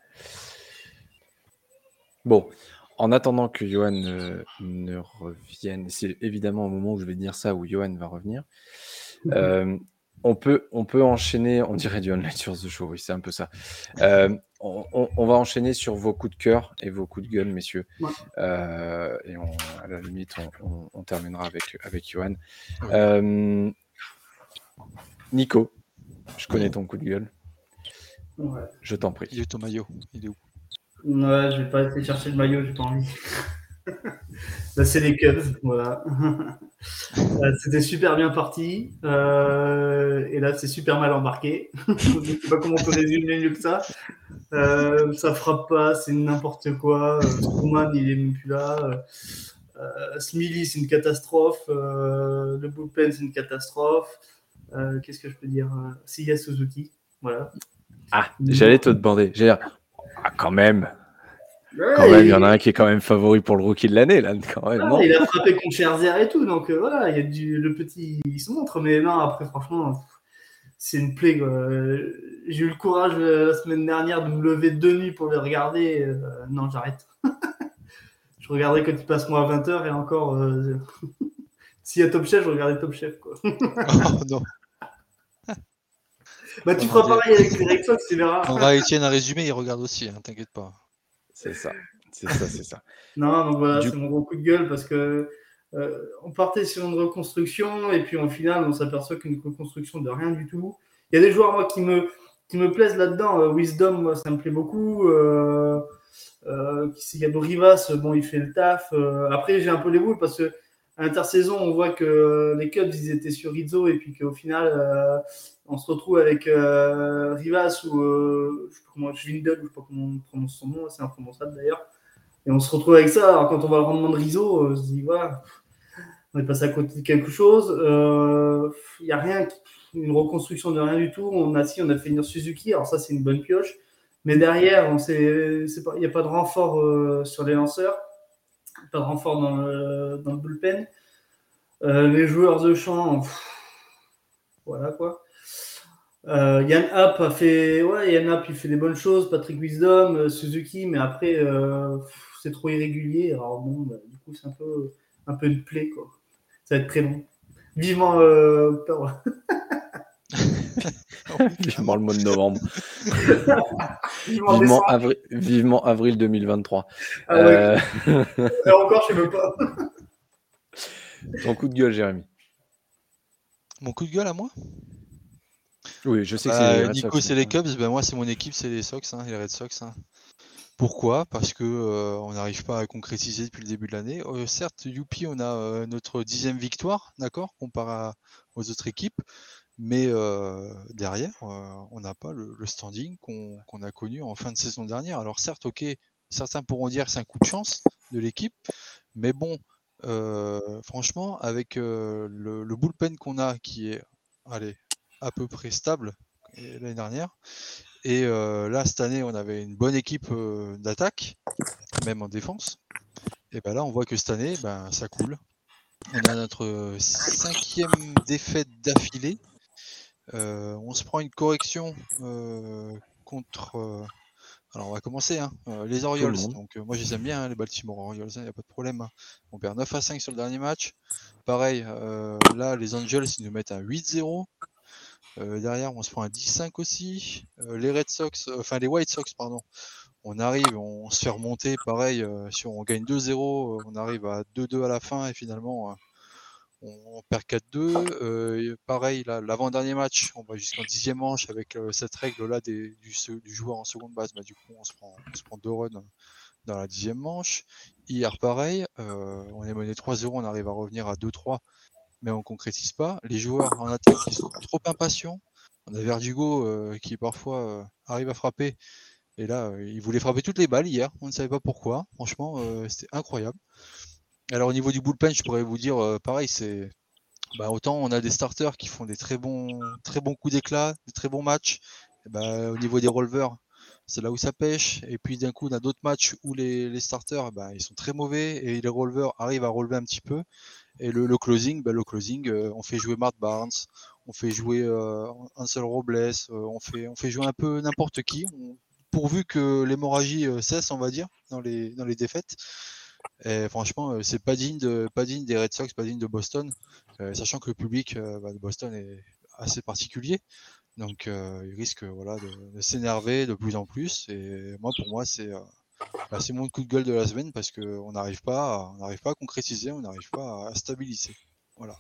Bon, en attendant que Johan ne, ne revienne, c'est évidemment au moment où je vais dire ça où Johan va revenir. euh, On peut, on peut enchaîner, on dirait du online sur The Show, oui, c'est un peu ça. Euh, on, on, on va enchaîner sur vos coups de cœur et vos coups de gueule, messieurs. Ouais. Euh, et on, à la limite, on, on, on terminera avec, avec Johan. Ouais. Euh, Nico, je connais ton coup de gueule. Ouais. Je t'en prie. Il est ton maillot, il est où? Ouais, je vais pas essayer de chercher le maillot, j'ai pas envie. Là, c'est les Cubs, voilà. C'était super bien parti, euh, et là, c'est super mal embarqué. Je sais pas comment on peut résumer mieux que ça. Euh, ça frappe pas, c'est n'importe quoi. Euh, Stroman, il est même plus là. Euh, Smiley, c'est une catastrophe. Euh, le bullpen, c'est une catastrophe. Euh, qu'est-ce que je peux dire? S'il y a Suzuki, Voilà. Ah, j'allais te demander. J'allais dire, ah, quand même. Ouais, Quand même, il y en a et- un qui est quand même favori pour le rookie de l'année, là, quand même, Ah, non? il a frappé contre Scherzer et tout, donc euh, voilà, il y a du, le petit, il se montre, mais non, après, franchement, pff, c'est une plaie, quoi. Euh, J'ai eu le courage euh, la semaine dernière de me lever de nuit pour le regarder. euh, non, j'arrête. Je regarderai quand il passe moi à vingt heures et encore, euh, s'il y a Top Chef, je regarderai Top Chef, quoi. Oh non. Bah, tu On feras dirait- pareil avec les Red Sox, tu verras. On va Étienne un résumé, il regarde aussi, hein, t'inquiète pas. C'est ça. C'est ça, c'est ça. Non, donc voilà, Du- c'est mon gros coup de gueule parce que euh, on partait sur une reconstruction et puis au final, on s'aperçoit qu'une reconstruction de rien du tout. Il y a des joueurs, moi, qui me, qui me plaisent là-dedans. Euh, Wisdom, moi, ça me plaît beaucoup. Euh, euh, il y a Rivas, bon, il fait le taf. Euh, après, j'ai un peu les boules parce que à l'intersaison, on voit que les Cubs, ils étaient sur Rizzo et puis qu'au final, euh, on se retrouve avec euh, Rivas ou euh, je sais pas comment, Schwindel, ou je sais pas comment on prononce son nom, c'est imprononçable d'ailleurs. Et on se retrouve avec ça. Alors, quand on voit le rendement de Rizzo, on se dit, voilà, on est passé à côté de quelque chose. Il euh, n'y a rien, une reconstruction de rien du tout. On a, si, on a fait venir Suzuki. Alors, ça, c'est une bonne pioche. Mais derrière, il n'y a pas de renfort euh, sur les lanceurs, pas de renfort dans le, dans le bullpen. Euh, les joueurs de champ, pff, voilà quoi. Euh, Yann Happ a fait, ouais, Yann Happ il fait des bonnes choses. Patrick Wisdom, euh, Suzuki, mais après euh, pff, c'est trop irrégulier. Alors bon, bah, du coup c'est un peu, un peu une plaie quoi. Ça va être très long. Vivement, euh, pardon. Vivement le mois de novembre. Vivement Vivement, décembre. avri- vivement avril deux mille vingt-trois. Ah ouais. Euh, Et encore, je sais même pas. Ton coup de gueule, Jérémy. Mon coup de gueule à moi? Oui, je sais que c'est Bah, les Red Nico, Sox, c'est mais- les Cubs, ben moi c'est mon équipe, c'est les Sox, hein, les Red Sox. hein. Pourquoi? Parce que euh, on n'arrive pas à concrétiser depuis le début de l'année. Euh, certes, youpi, on a euh, notre dixième victoire, d'accord, comparé à- aux autres équipes, mais euh, derrière, euh, on n'a pas le, le standing qu'on qu'on a connu en fin de saison dernière. Alors certes, ok, certains pourront dire que c'est un coup de chance de l'équipe, mais bon, euh, franchement, avec euh, le, le bullpen qu'on a, qui est, allez, à peu près stable et l'année dernière, et euh, là cette année, on avait une bonne équipe euh, d'attaque, même en défense. Et ben là, on voit que cette année, ben ça coule. On a notre cinquième défaite d'affilée. Euh, on se prend une correction euh, contre. euh, alors on va commencer, hein, euh, les Orioles. monde. Donc euh, moi je les aime bien, hein, les Baltimore Orioles, il n'y a pas de problème. hein. On perd neuf à cinq sur le dernier match. Pareil, euh, là les Angels ils nous mettent un huit zéro. Euh, derrière on se prend un dix cinq aussi. Euh, les Red Sox, euh, enfin les White Sox, pardon. On arrive, on se fait remonter, pareil, euh, si on gagne deux zéro, euh, on arrive à deux deux à la fin et finalement euh, on, on perd quatre deux. Euh, pareil, là, l'avant-dernier match, on va jusqu'en dixième manche avec euh, cette règle-là des- du, se- du joueur en seconde base. Bah, du coup, on se prend, on se prend deux runs dans la dixième manche. Hier, pareil, euh, on est mené trois zéro, on arrive à revenir à deux trois, mais on concrétise pas. Les joueurs en attaque qui sont trop impatients. On a Verdugo euh, qui parfois euh, arrive à frapper. Et là, euh, il voulait frapper toutes les balles hier. On ne savait pas pourquoi. Franchement, euh, c'était incroyable. Alors au niveau du bullpen, je pourrais vous dire euh, pareil, c'est bah, autant on a des starters qui font des très bons, très bons coups d'éclat, des très bons matchs. Et bah, au niveau des releveurs, c'est là où ça pêche. Et puis d'un coup, on a d'autres matchs où les, les starters, bah, ils sont très mauvais et les releveurs arrivent à relever un petit peu. Et le, le closing, bah, le closing, euh, on fait jouer Matt Barnes, on fait jouer euh, Ansel Robles, euh, on fait, on fait jouer un peu n'importe qui, on, pourvu que l'hémorragie euh, cesse, on va dire, dans les, dans les défaites. Et franchement, euh, c'est pas digne de, pas digne des Red Sox, pas digne de Boston, euh, sachant que le public euh, bah, de Boston est assez particulier. Donc, euh, il risque voilà, de, de s'énerver de plus en plus. Et moi, pour moi, c'est euh, bah, c'est mon coup de gueule de la semaine parce qu'on n'arrive pas, à- on n'arrive pas à concrétiser, on n'arrive pas à stabiliser. Voilà.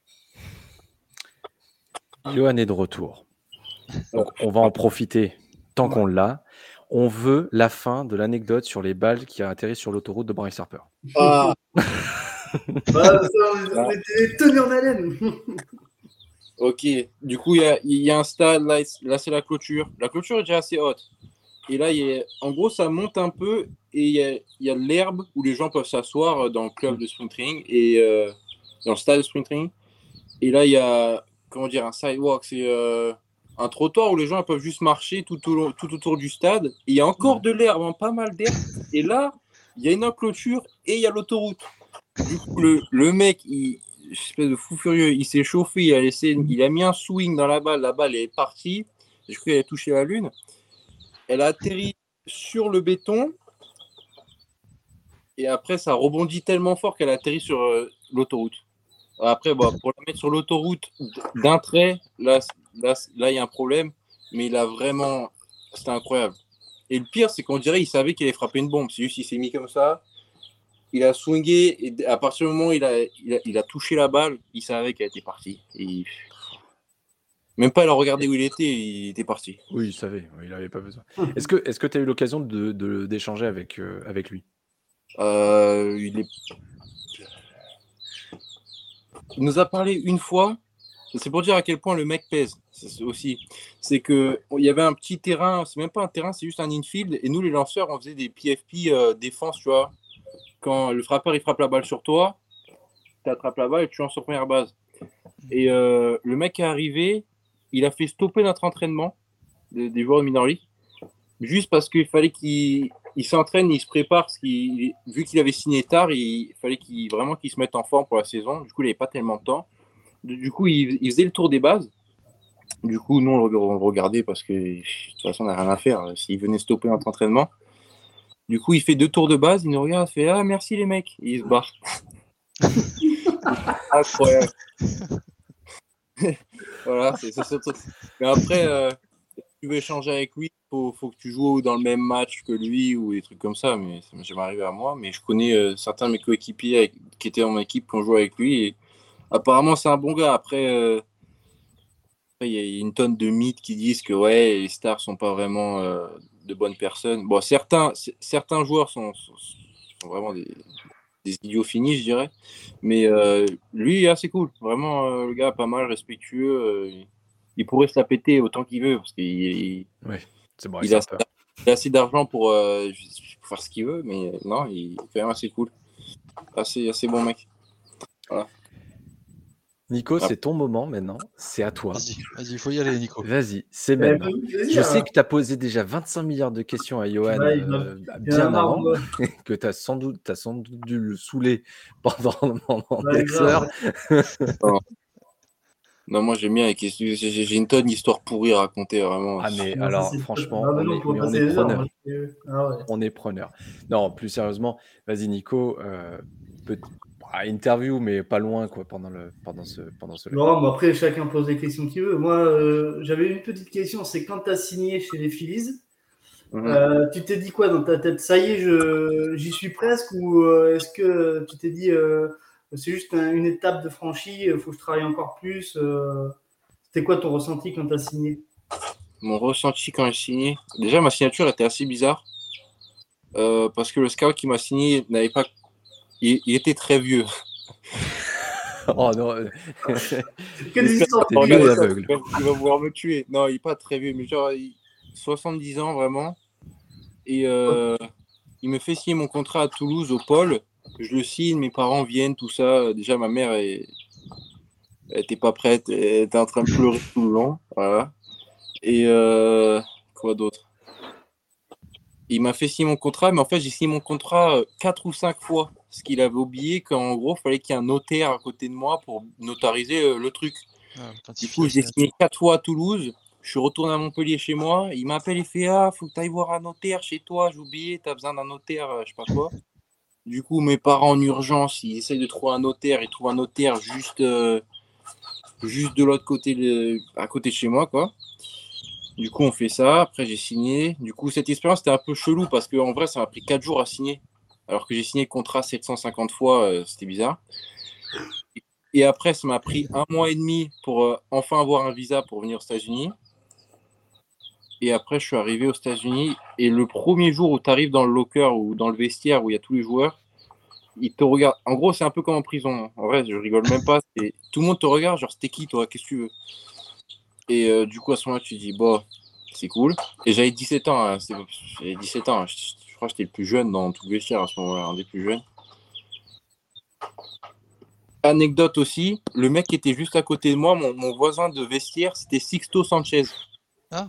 Johan est de retour. Donc, on va en profiter tant qu'on l'a. On veut la fin de l'anecdote sur les balles qui a atterri sur l'autoroute de Bryce Harper. Ah, Bah, ça, on, on était tenus en haleine. ok. Du coup, il y a, il y a un stade, là, là c'est la clôture. La clôture est déjà assez haute. Et là, il y a, en gros, ça monte un peu et il y a, il y a de l'herbe où les gens peuvent s'asseoir dans le club de sprint training et euh, dans le stade de sprint training. Et là, il y a, comment dire, un sidewalk, c'est euh, un trottoir où les gens peuvent juste marcher tout, au, tout autour du stade. Et il y a encore de l'herbe, hein, pas mal d'herbe. Et là, il y a une clôture et il y a l'autoroute. Du coup, le, le mec, il, espèce de fou furieux, il s'est chauffé, il a, laissé, il a mis un swing dans la balle. La balle est partie. J'ai cru qu'elle a touché la lune. Elle a atterri sur le béton. Et après, ça rebondit tellement fort qu'elle a atterri sur euh, l'autoroute. Après, bah, pour la mettre sur l'autoroute d'un trait, là, là, là, il y a un problème. Mais il a vraiment... C'était incroyable. Et le pire, c'est qu'on dirait qu'il savait qu'il allait frapper une bombe. C'est juste qu'il s'est mis comme ça. Il a swingé. Et à partir du moment où il a, il a, il a touché la balle, il savait qu'elle était partie. Et... Même pas, il a regardé où il était, il était parti. Oui, il savait. Il n'avait pas besoin. Est-ce que est-ce que tu as eu l'occasion de, de, d'échanger avec, euh, avec lui? euh, il, est... il nous a parlé une fois. C'est pour dire à quel point le mec pèse. C'est aussi, c'est que il y avait un petit terrain. C'est même pas un terrain, c'est juste un infield. Et nous, les lanceurs, on faisait des P F P euh, défense, tu vois. Quand le frappeur il frappe la balle sur toi, tu attrapes la balle et tu lances sur première base. Et euh, le mec est arrivé. Il a fait stopper notre entraînement des, des joueurs de minor league juste parce qu'il fallait qu'il il s'entraîne, il se prépare parce qu'il, vu qu'il avait signé tard, il fallait qu'il, vraiment qu'il se mette en forme pour la saison. Du coup, il n'avait pas tellement de temps. Du coup, il, il faisait le tour des bases. Du coup, nous, on le, on le regardait parce que de toute façon, on n'a rien à faire s'il venait stopper notre entraînement. Du coup, il fait deux tours de base, il nous regarde, il fait « Ah, merci les mecs !» et il se barre. Incroyable. Voilà, c'est ça. Mais après, euh, si tu veux échanger avec lui, il faut, faut que tu joues dans le même match que lui ou des trucs comme ça. Mais ça m'est jamais arrivé à moi. Mais je connais euh, certains de mes coéquipiers avec, qui étaient dans mon équipe qui ont joué avec lui. Et apparemment, c'est un bon gars. Après, euh, il y a une tonne de mythes qui disent que ouais, les stars sont pas vraiment euh, de bonnes personnes. Bon, certains, certains joueurs sont, sont, sont vraiment des. des idiots finis, je dirais. Mais euh, lui, assez cool. Vraiment, euh, le gars, pas mal respectueux. Euh, il pourrait se la péter autant qu'il veut parce qu'il il, ouais, c'est bon, il, a, il a assez d'argent pour, euh, pour faire ce qu'il veut. Mais non, il est quand même assez cool. Assez, assez bon mec. Voilà. Nico, ah. c'est ton moment maintenant. C'est à toi. Vas-y, vas-y, il faut y aller, Nico. Vas-y, c'est maintenant. Je sais que tu as posé déjà vingt-cinq milliards de questions à Johan ouais, euh, bien avant, marre, que tu as sans doute, t'as sans doute dû le saouler pendant, pendant ouais, des heures. non. non, moi j'aime bien les questions. J'ai, j'ai une tonne d'histoires pourries à raconter, vraiment. Ah, mais non, alors, franchement, on est, mais on est preneur. Ah, ouais. On est preneur. Non, plus sérieusement, vas-y, Nico. Euh, peut- Ah, interview, mais pas loin quoi, pendant, le, pendant ce pendant ce Non, mais après, chacun pose les questions qu'il veut. Moi, euh, j'avais une petite question, c'est quand tu as signé chez les Phillies, mm-hmm. euh, tu t'es dit quoi dans ta tête? Ça y est, je, j'y suis presque, ou euh, est-ce que tu t'es dit euh, c'est juste un, une étape de franchie, il faut que je travaille encore plus euh, C'était quoi ton ressenti quand tu as signé? Mon ressenti quand j'ai signé, déjà ma signature était assez bizarre euh, parce que le scout qui m'a signé n'avait pas Il, il était très vieux. Oh non. Quelle histoire il, vieux et aveugle. Il va vouloir me tuer. Non, il n'est pas très vieux, mais genre il, soixante-dix ans vraiment. Et euh, il me fait signer mon contrat à Toulouse au pôle. Je le signe, mes parents viennent, tout ça. Déjà, ma mère est... elle n'était pas prête. Elle était en train de pleurer tout le long. Voilà. Et euh, quoi d'autre? Il m'a fait signer mon contrat, mais en fait, j'ai signé mon contrat quatre ou cinq fois. Parce qu'il avait oublié qu'en gros, il fallait qu'il y ait un notaire à côté de moi pour notariser le truc. Ah, du coup, j'ai signé quatre fois à Toulouse. Je suis retourné à Montpellier chez moi. Il m'appelle et fait « Ah, faut que tu ailles voir un notaire chez toi. J'ai oublié, tu as besoin d'un notaire, je sais pas quoi. » Du coup, mes parents en urgence, ils essayent de trouver un notaire. Ils trouvent un notaire juste, euh, juste de l'autre côté, de, à côté de chez moi, quoi. Du coup, on fait ça. Après, j'ai signé. Du coup, cette expérience, c'était un peu chelou parce qu'en vrai, ça m'a pris quatre jours à signer. Alors que j'ai signé le contrat sept cent cinquante fois, euh, c'était bizarre. Et après, ça m'a pris un mois et demi pour euh, enfin avoir un visa pour venir aux États-Unis. Et après, je suis arrivé aux États-Unis. Et le premier jour où tu arrives dans le locker ou dans le vestiaire où il y a tous les joueurs, ils te regardent. En gros, c'est un peu comme en prison. En vrai, je rigole même pas. C'est... Tout le monde te regarde, genre, c'était qui, toi? Qu'est-ce que tu veux? Et euh, du coup, à ce moment-là, tu te dis, bon, c'est cool. Et j'avais dix-sept ans. Hein, j'avais dix-sept ans. Je, je crois que j'étais le plus jeune dans tout le vestiaire à ce moment-là, un des plus jeunes. Anecdote aussi, le mec qui était juste à côté de moi, mon, mon voisin de vestiaire, c'était Sixto Sanchez. Ah,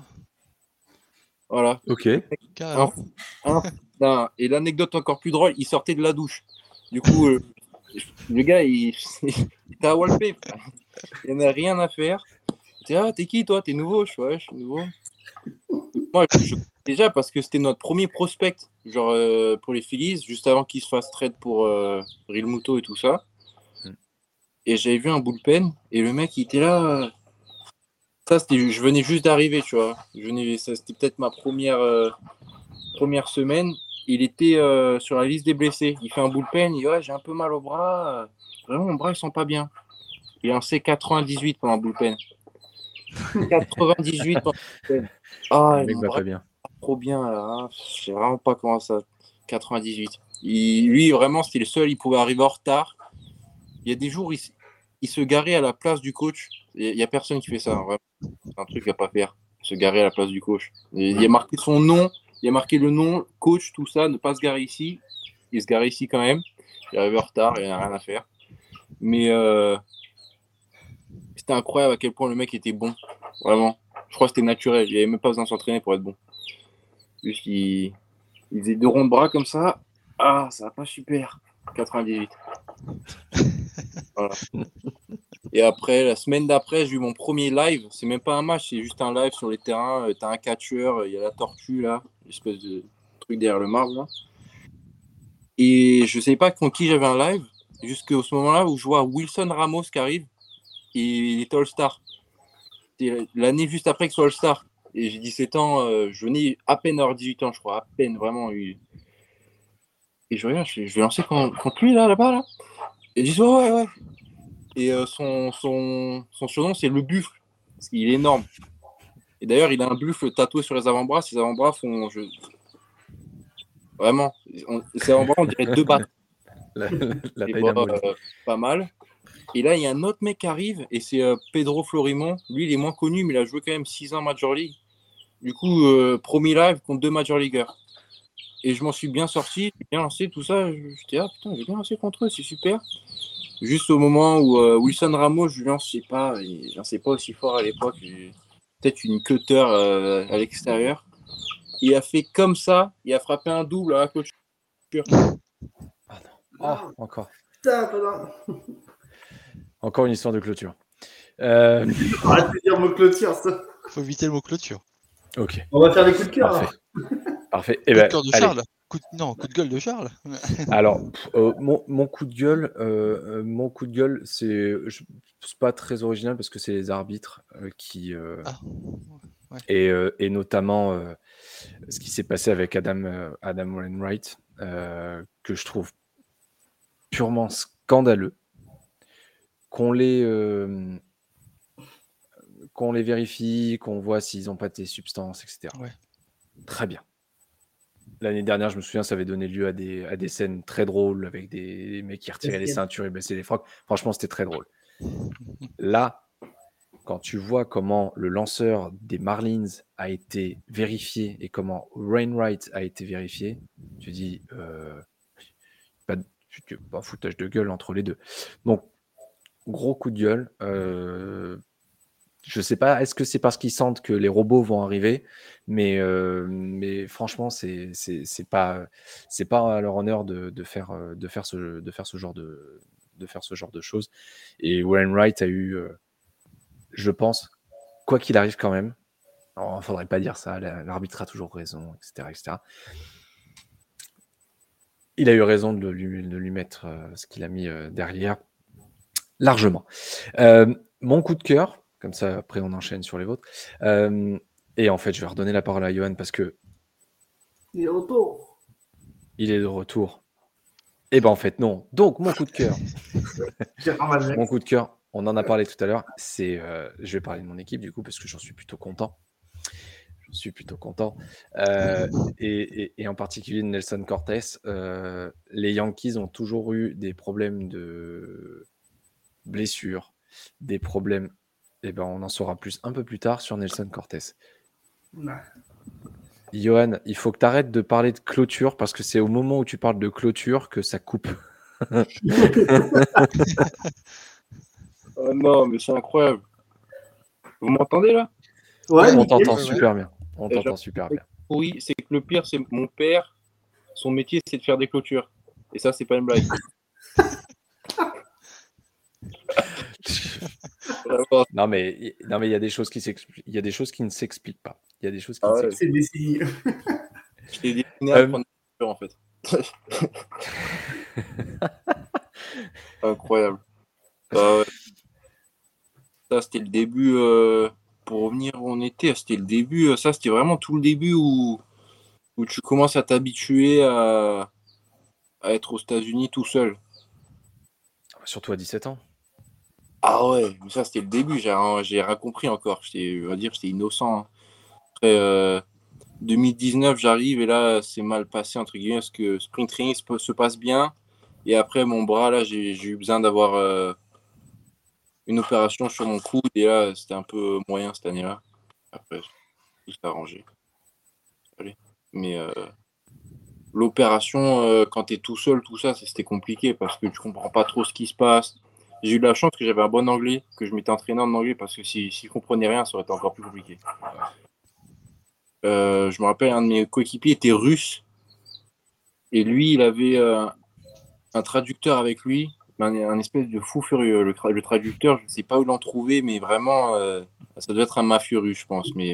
Voilà. Ok. carrément. Un- un- non, et l'anecdote encore plus drôle, il sortait de la douche. Du coup, euh, le gars, il, il était à Walpé. Il n'y en a rien à faire. T'es ah, t'es qui toi? T'es nouveau? Je suis ouais, je suis nouveau. Moi, je, déjà parce que c'était notre premier prospect, genre euh, pour les Phillies, juste avant qu'ils se fassent trade pour euh, Real Muto et tout ça. Mm. Et j'avais vu un bullpen et le mec il était là. euh, Ça, c'était, je venais juste d'arriver, tu vois. Je venais, ça, c'était peut-être ma première, euh, première semaine. Il était euh, sur la liste des blessés. Il fait un bullpen. Il dit ouais, j'ai un peu mal au bras. Vraiment, mon bras, il sent pas bien. Il est en C quatre-vingt-dix-huit pendant le bullpen. quatre-vingt-dix-huit pendant le bullpen. Ah, Le et mec mon va bras, pas bien. trop bien là. Hein. Je sais vraiment pas comment ça. quatre-vingt-dix-huit. Il, lui, vraiment, c'était le seul. Il pouvait arriver en retard. Il y a des jours, il, s- il se garait à la place du coach. Il n'y a personne qui fait ça. Hein, vraiment. C'est un truc à pas faire. Se garer à la place du coach. Et il y a marqué son nom. Il y a marqué le nom, coach, tout ça. Ne pas se garer ici. Il se garait ici quand même. Il arrive en retard. Il n'y a rien à faire. Mais euh, c'était incroyable à quel point le mec était bon. Vraiment. Je crois que c'était naturel. Il n'y avait même pas besoin de s'entraîner pour être bon. Juste, il, il faisait deux ronds de bras comme ça. Ah, ça va pas super. quatre-vingt-dix-huit. Voilà. Et après, la semaine d'après, j'ai eu mon premier live. C'est même pas un match, c'est juste un live sur les terrains. Euh, T'as un catcheur, il y a la tortue là, l'espèce de truc derrière le marbre là. Et je sais pas contre qui j'avais un live, jusqu'à ce moment-là où je vois Wilson Ramos qui arrive et il est All-Star. C'est l'année juste après qu'il soit All-Star. Et j'ai dix-sept ans, euh, je venais à peine d'avoir dix-huit ans, je crois, à peine vraiment. Et je regarde, je, je vais lancer contre, contre lui là, là-bas là. Et je dis ouais, ouais, ouais. Et euh, son, son, son surnom, c'est le buffle. Parce qu'il est énorme. Et d'ailleurs, il a un buffle tatoué sur les avant-bras. Ses avant-bras font. Je... Vraiment. On... Ses avant-bras, on dirait deux battes. La, la, la Et taille bah, d'un mollet. euh, pas mal. Et là, il y a un autre mec qui arrive. Et c'est euh, Pedro Florimon. Lui, il est moins connu, mais il a joué quand même six ans Major League. Du coup, euh, premier live contre deux Major Leaguers. Et je m'en suis bien sorti, bien lancé, tout ça. J'étais, ah putain, j'ai bien lancé contre eux, c'est super. Juste au moment où euh, Wilson Ramos, je ne sais pas, je ne sais pas aussi fort à l'époque. Peut-être une cutter euh, à l'extérieur. Il a fait comme ça, il a frappé un double à la clôture. Ah non. Oh, encore. Putain, pardon. Encore une histoire de clôture. Euh... Arrête de dire mot clôture, ça. Faut éviter le mot clôture. Ok. On va faire des coups de cœur. Parfait. Parfait. Coup Eh de ben, cœur de allez. Charles. Coup de... Non, coup de gueule de Charles. Alors, pff, euh, mon, mon coup de gueule, euh, euh, mon coup de gueule, c'est je- c'est pas très original parce que c'est les arbitres euh, qui euh, Ah, ouais. et, euh, et notamment euh, ce qui s'est passé avec Adam euh, Adam Wainwright euh, que je trouve purement scandaleux. Qu'on les euh, qu'on les vérifie, qu'on voit s'ils n'ont pas des substances, et cetera. Ouais. Très bien. L'année dernière, je me souviens, ça avait donné lieu à des, à des scènes très drôles avec des mecs qui retiraient les ceintures et baissaient les frocs. Franchement, c'était très drôle. Là, quand tu vois comment le lanceur des Marlins a été vérifié et comment Wainwright a été vérifié, tu dis, euh, pas, de, pas foutage de gueule entre les deux. Donc, gros coup de gueule. Euh, Je sais pas, est-ce que c'est parce qu'ils sentent que les robots vont arriver, mais, euh, mais franchement, c'est, c'est, c'est pas, c'est pas à leur honneur de, de, faire, de, faire, ce, de, faire ce genre de, de faire ce genre de choses. Et Wainwright a eu, euh, je pense, quoi qu'il arrive quand même, il ne faudrait pas dire ça, l'arbitre a toujours raison, et cetera, et cetera. Il a eu raison de lui, de lui mettre euh, ce qu'il a mis euh, derrière, largement. Euh, mon coup de cœur, comme ça, après, on enchaîne sur les vôtres. Euh, et en fait, je vais redonner la parole à Johan parce que. Il est de retour. Il est de retour. Et ben en fait, non. Donc, mon coup de cœur. mon coup de cœur, on en a parlé tout à l'heure. C'est, euh, je vais parler de mon équipe du coup parce que j'en suis plutôt content. J'en suis plutôt content. Euh, et, et, et en particulier de Nelson Cortés. Euh, les Yankees ont toujours eu des problèmes de blessures, des problèmes. Et ben, on en saura plus un peu plus tard sur Nelson Cortés. Ouais. Johan, il faut que tu arrêtes de parler de clôture parce que c'est au moment où tu parles de clôture que ça coupe. Oh non, mais c'est incroyable. Vous m'entendez là? Ouais, On nickel. t'entend ouais, ouais. super bien. On Et t'entend genre- super bien. Oui, c'est que le pire, c'est mon père, son métier, c'est de faire des clôtures. Et ça, c'est pas une blague. Vraiment. Non, mais il non, mais il y a des choses qui s'expliquent. Il y a des choses qui ne s'expliquent pas. Il y a des choses qui Ah ne ouais. s'expliquent C'est des signes. J'étais destiné pas. à Euh, prendre des clôtures, en fait. Incroyable. Bah ouais. Ça, c'était le début. euh, Pour revenir où on était, c'était le début. euh, Ça, c'était vraiment tout le début où, où tu commences à t'habituer à... à être aux États-Unis tout seul. Surtout à dix-sept ans. Ah ouais, mais ça, c'était le début. J'ai rien, j'ai rien compris encore. J'étais, on va dire, j'étais innocent. hein. Après, euh, deux mille dix-neuf, j'arrive et là, c'est mal passé, entre guillemets, parce que sprint training se, se passe bien. Et après, mon bras, là, j'ai, j'ai eu besoin d'avoir euh, une opération sur mon coude. Et là, c'était un peu moyen cette année-là. Après, tout s'est arrangé. Allez. Mais euh, l'opération, euh, quand tu es tout seul, tout ça, c'était compliqué parce que tu comprends pas trop ce qui se passe. J'ai eu de la chance que j'avais un bon anglais, que je m'étais entraîné en anglais parce que si, si je comprenais rien, ça aurait été encore plus compliqué. Euh, je me rappelle, un de mes coéquipiers était russe et lui, il avait euh, un traducteur avec lui, un, un espèce de fou furieux. Le, tra- le traducteur, je ne sais pas où l'en trouver, mais vraiment, euh, ça doit être un mafieux russe, je pense. Mais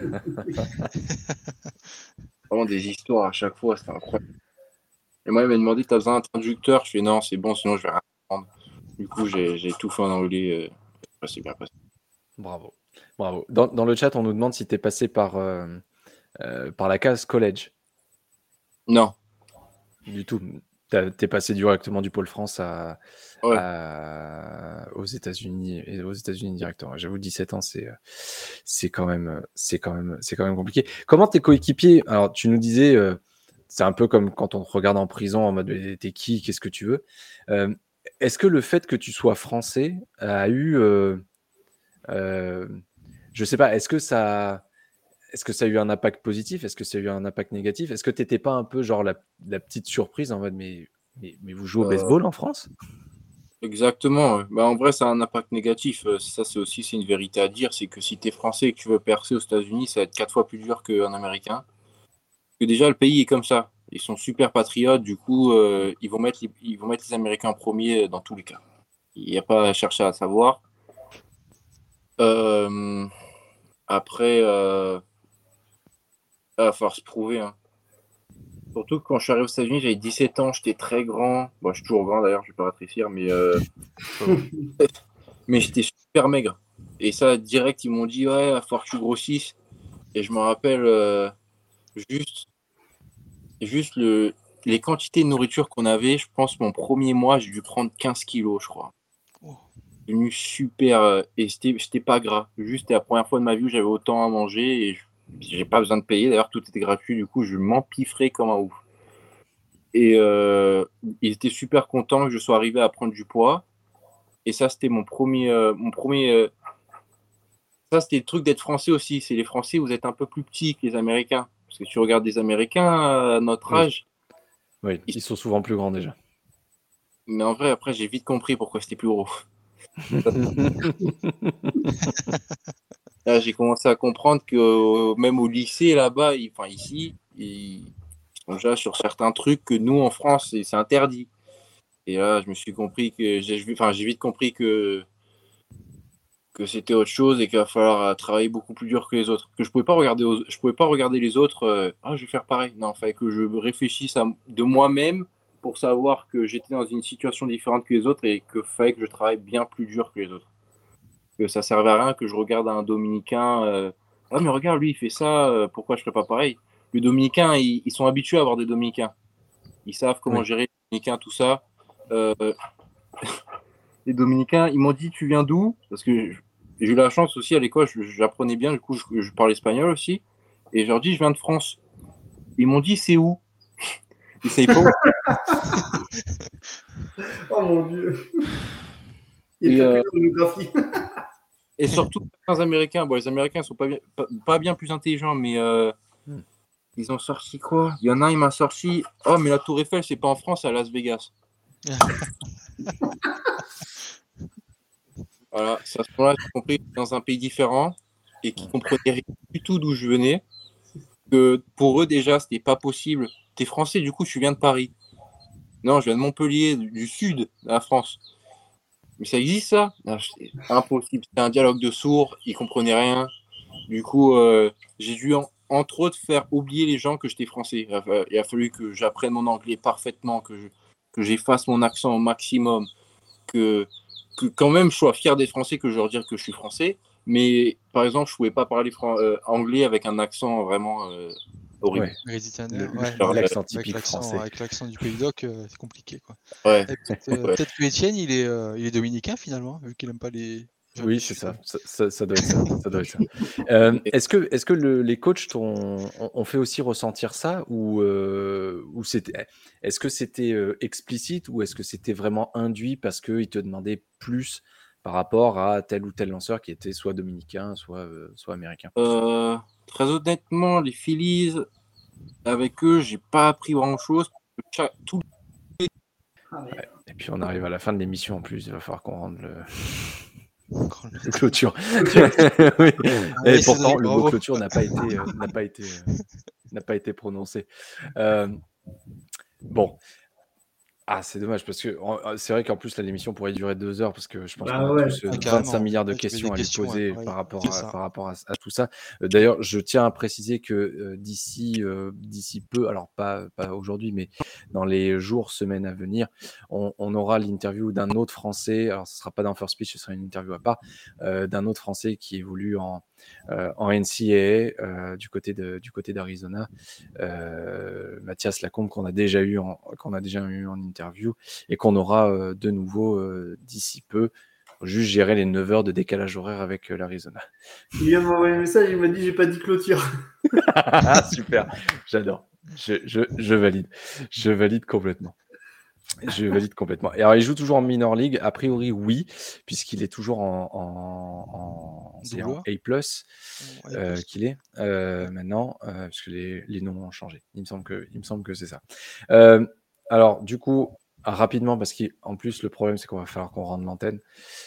vraiment des histoires à chaque fois, c'était incroyable. Et moi, il m'a demandé, t'as besoin d'un traducteur? Je fais non, c'est bon, sinon je vais rien comprendre. Du coup, j'ai, j'ai tout fait en anglais. Euh, ça s'est bien passé. Bravo. Bravo. Dans, dans le chat, on nous demande si tu es passé par, euh, euh, par la case college. Non. Du tout. Tu es passé directement du pôle France à, Ouais. à- aux États-Unis et aux États-Unis directement. J'avoue, dix-sept ans, c'est c'est quand même c'est quand même c'est quand même compliqué. Comment tes coéquipiers? Alors, tu nous disais, euh, c'est un peu comme quand on te regarde en prison en mode mais t'es qui, qu'est-ce que tu veux? Euh, Est-ce que le fait que tu sois français a eu, euh, euh, je sais pas, est-ce que ça est-ce que ça a eu un impact positif? Est-ce que ça a eu un impact négatif? Est-ce que tu n'étais pas un peu genre la, la petite surprise en mode mais, mais, mais vous jouez au Euh, baseball en France? Exactement. ouais. Bah, en vrai, ça a un impact négatif. Euh, Ça, c'est aussi c'est une vérité à dire. C'est que si tu es français et que tu veux percer aux États-Unis, ça va être quatre fois plus dur qu'un Américain. Parce que déjà, le pays est comme ça. Ils sont super patriotes. Du coup, euh, ils, vont mettre les, ils vont mettre les Américains en premier dans tous les cas. Il n'y a pas à chercher à savoir. Euh, Après, euh, il va falloir se prouver. Hein. Surtout que quand je suis arrivé aux États-Unis, j'avais dix-sept ans, j'étais très grand. Bon, je suis toujours grand d'ailleurs, je vais pas rétrécir, mais, euh, mais j'étais super maigre. Et ça, direct, ils m'ont dit, ouais, il va falloir que tu grossisses. Et je me rappelle euh, juste, juste le, les quantités de nourriture qu'on avait. Je pense mon premier mois, j'ai dû prendre quinze kilos, je crois. Oh. Devenu super. euh, et c'était, j'étais pas gras. Juste, c'était la première fois de ma vie où j'avais autant à manger. Et je- j'ai pas besoin de payer. D'ailleurs, tout était gratuit. Du coup, je m'empiffrais comme un ouf. Et euh, ils étaient super contents que je sois arrivé à prendre du poids. Et ça, c'était mon premier. euh, mon premier euh, ça, c'était le truc d'être français aussi. C'est les Français, vous êtes un peu plus petits que les Américains. Parce que tu regardes des Américains à notre Oui. âge. Oui, ils sont souvent plus grands déjà. Mais en vrai, après, j'ai vite compris pourquoi c'était plus gros. Là, j'ai commencé à comprendre que euh, même au lycée, là-bas, ils- enfin ici, ils sont déjà sur certains trucs que nous, en France, c'est c'est interdit. Et là, je me suis compris que j'ai enfin, j'ai vite compris que que c'était autre chose et qu'il va falloir euh, travailler beaucoup plus dur que les autres. Que je pouvais pas regarder, aux- je pouvais pas regarder les autres. euh, ah, je vais faire pareil. Non, il fallait que je réfléchisse à, de moi-même pour savoir que j'étais dans une situation différente que les autres et que fallait que je travaille bien plus dur que les autres. Que ça servait à rien que je regarde un Dominicain. euh, ah, mais regarde, lui, il fait ça. euh, pourquoi je ferais pas pareil? Les Dominicains, ils, ils sont habitués à avoir des Dominicains. Ils savent comment Oui. gérer les Dominicains, tout ça. Euh, les Dominicains, ils m'ont dit, tu viens d'où? Parce que j'ai eu la chance aussi à l'école, j'apprenais bien, du coup, je, je parle espagnol aussi. Et je leur dis, je viens de France. Ils m'ont dit, c'est où? Ils ne savaient pas où. Oh mon dieu. Il Et, y a euh, plus de géographie. et surtout, les Américains, bon, les Américains ne sont pas bien, pas, pas bien plus intelligents, mais euh, Hmm. ils ont sorti quoi? Il y en a un, il m'a sorti, oh, mais la Tour Eiffel, c'est pas en France, c'est à Las Vegas. Voilà, c'est à ce moment-là, j'ai compris que dans un pays différent. et qui comprenaient rien du tout d'où je venais. Que pour eux, déjà, c'était pas possible. T'es français, du coup, tu viens de Paris. Non, je viens de Montpellier, du, du sud de la France. Mais ça existe, ça? Non, c'est impossible. C'était un dialogue de sourds, ils comprenaient rien. Du coup, euh, j'ai dû, en, entre autres, faire oublier les gens que j'étais français. Il a, il a fallu que j'apprenne mon anglais parfaitement, que, je, que j'efface mon accent au maximum, que, que quand même je sois fier d'être français, que je leur dire que je suis français. Mais par exemple, je ne pouvais pas parler fran- euh, anglais avec un accent vraiment euh, horrible. Ouais. Méditerranéen, Le- ouais. genre, L'accent Avec typique l'accent, français. avec l'accent du Pays d'Oc, euh, c'est compliqué, quoi. Ouais, Et peut-être, euh, ouais. peut-être que Étienne, il est, euh, il est dominicain finalement, vu qu'il aime pas les gens Oui, du c'est Sud. ça. Ça, ça- ça doit être ça. Ça doit être ça. Euh, est-ce que, est-ce que le- les coachs t'ont- ont, ont fait aussi ressentir ça ou, euh, ou c'était, est-ce que c'était euh, explicite ou est-ce que c'était vraiment induit parce qu'ils te demandaient plus par rapport à tel ou tel lanceur qui était soit dominicain, soit, euh, soit américain? Euh, très honnêtement, les Phillies, avec eux, j'ai pas appris grand-chose. Chaque- Tout Ah, mais, Ouais. Et puis on arrive à la fin de l'émission en plus, il va falloir qu'on rende le, Quand le- le clôture. Clôture. Oui. Ah, Et oui, c'est pourtant, vrai, le mot bravo. clôture n'a pas été, euh, n'a pas été, euh, n'a pas été prononcé. Euh, bon. Ah, c'est dommage parce que en- euh, c'est vrai qu'en plus là, l'émission pourrait durer deux heures parce que je pense Bah qu'on a ouais. tous euh, Ah, vingt-cinq carrément. milliards de Ouais, j'avais questions des à lui questions, ouais, poser pareil. par rapport C'est à, ça. par rapport à, à tout ça. Euh, D'ailleurs, je tiens à préciser que euh, d'ici euh, d'ici peu, alors pas, pas aujourd'hui, mais dans les jours, semaines à venir, on, on aura l'interview d'un autre Français. Alors, ce sera pas dans First Speech, ce sera une interview à part euh, d'un autre Français qui évolue en, euh, en N C A A euh, du côté de, du côté d'Arizona, euh, Mathias Lacombe qu'on a déjà eu en, qu'on a déjà eu en interview et qu'on aura euh, de nouveau euh, d'ici peu. Faut juste gérer les neuf heures de décalage horaire avec euh, l'Arizona. Il vient de m'envoyer un message, il m'a dit j'ai pas dit clôture. Super, j'adore. Je, je, je valide. Je valide complètement. Je valide complètement. Et alors, il joue toujours en minor league. A priori, oui, puisqu'il est toujours en, en, en, c'est en Double A. A plus Ouais, euh, plus. qu'il est euh, maintenant, euh, parce que les, les noms ont changé. Il me semble que, il me semble que c'est ça. Euh, alors, du coup, rapidement, parce qu'en plus, le problème, c'est qu'on va falloir qu'on rende l'antenne.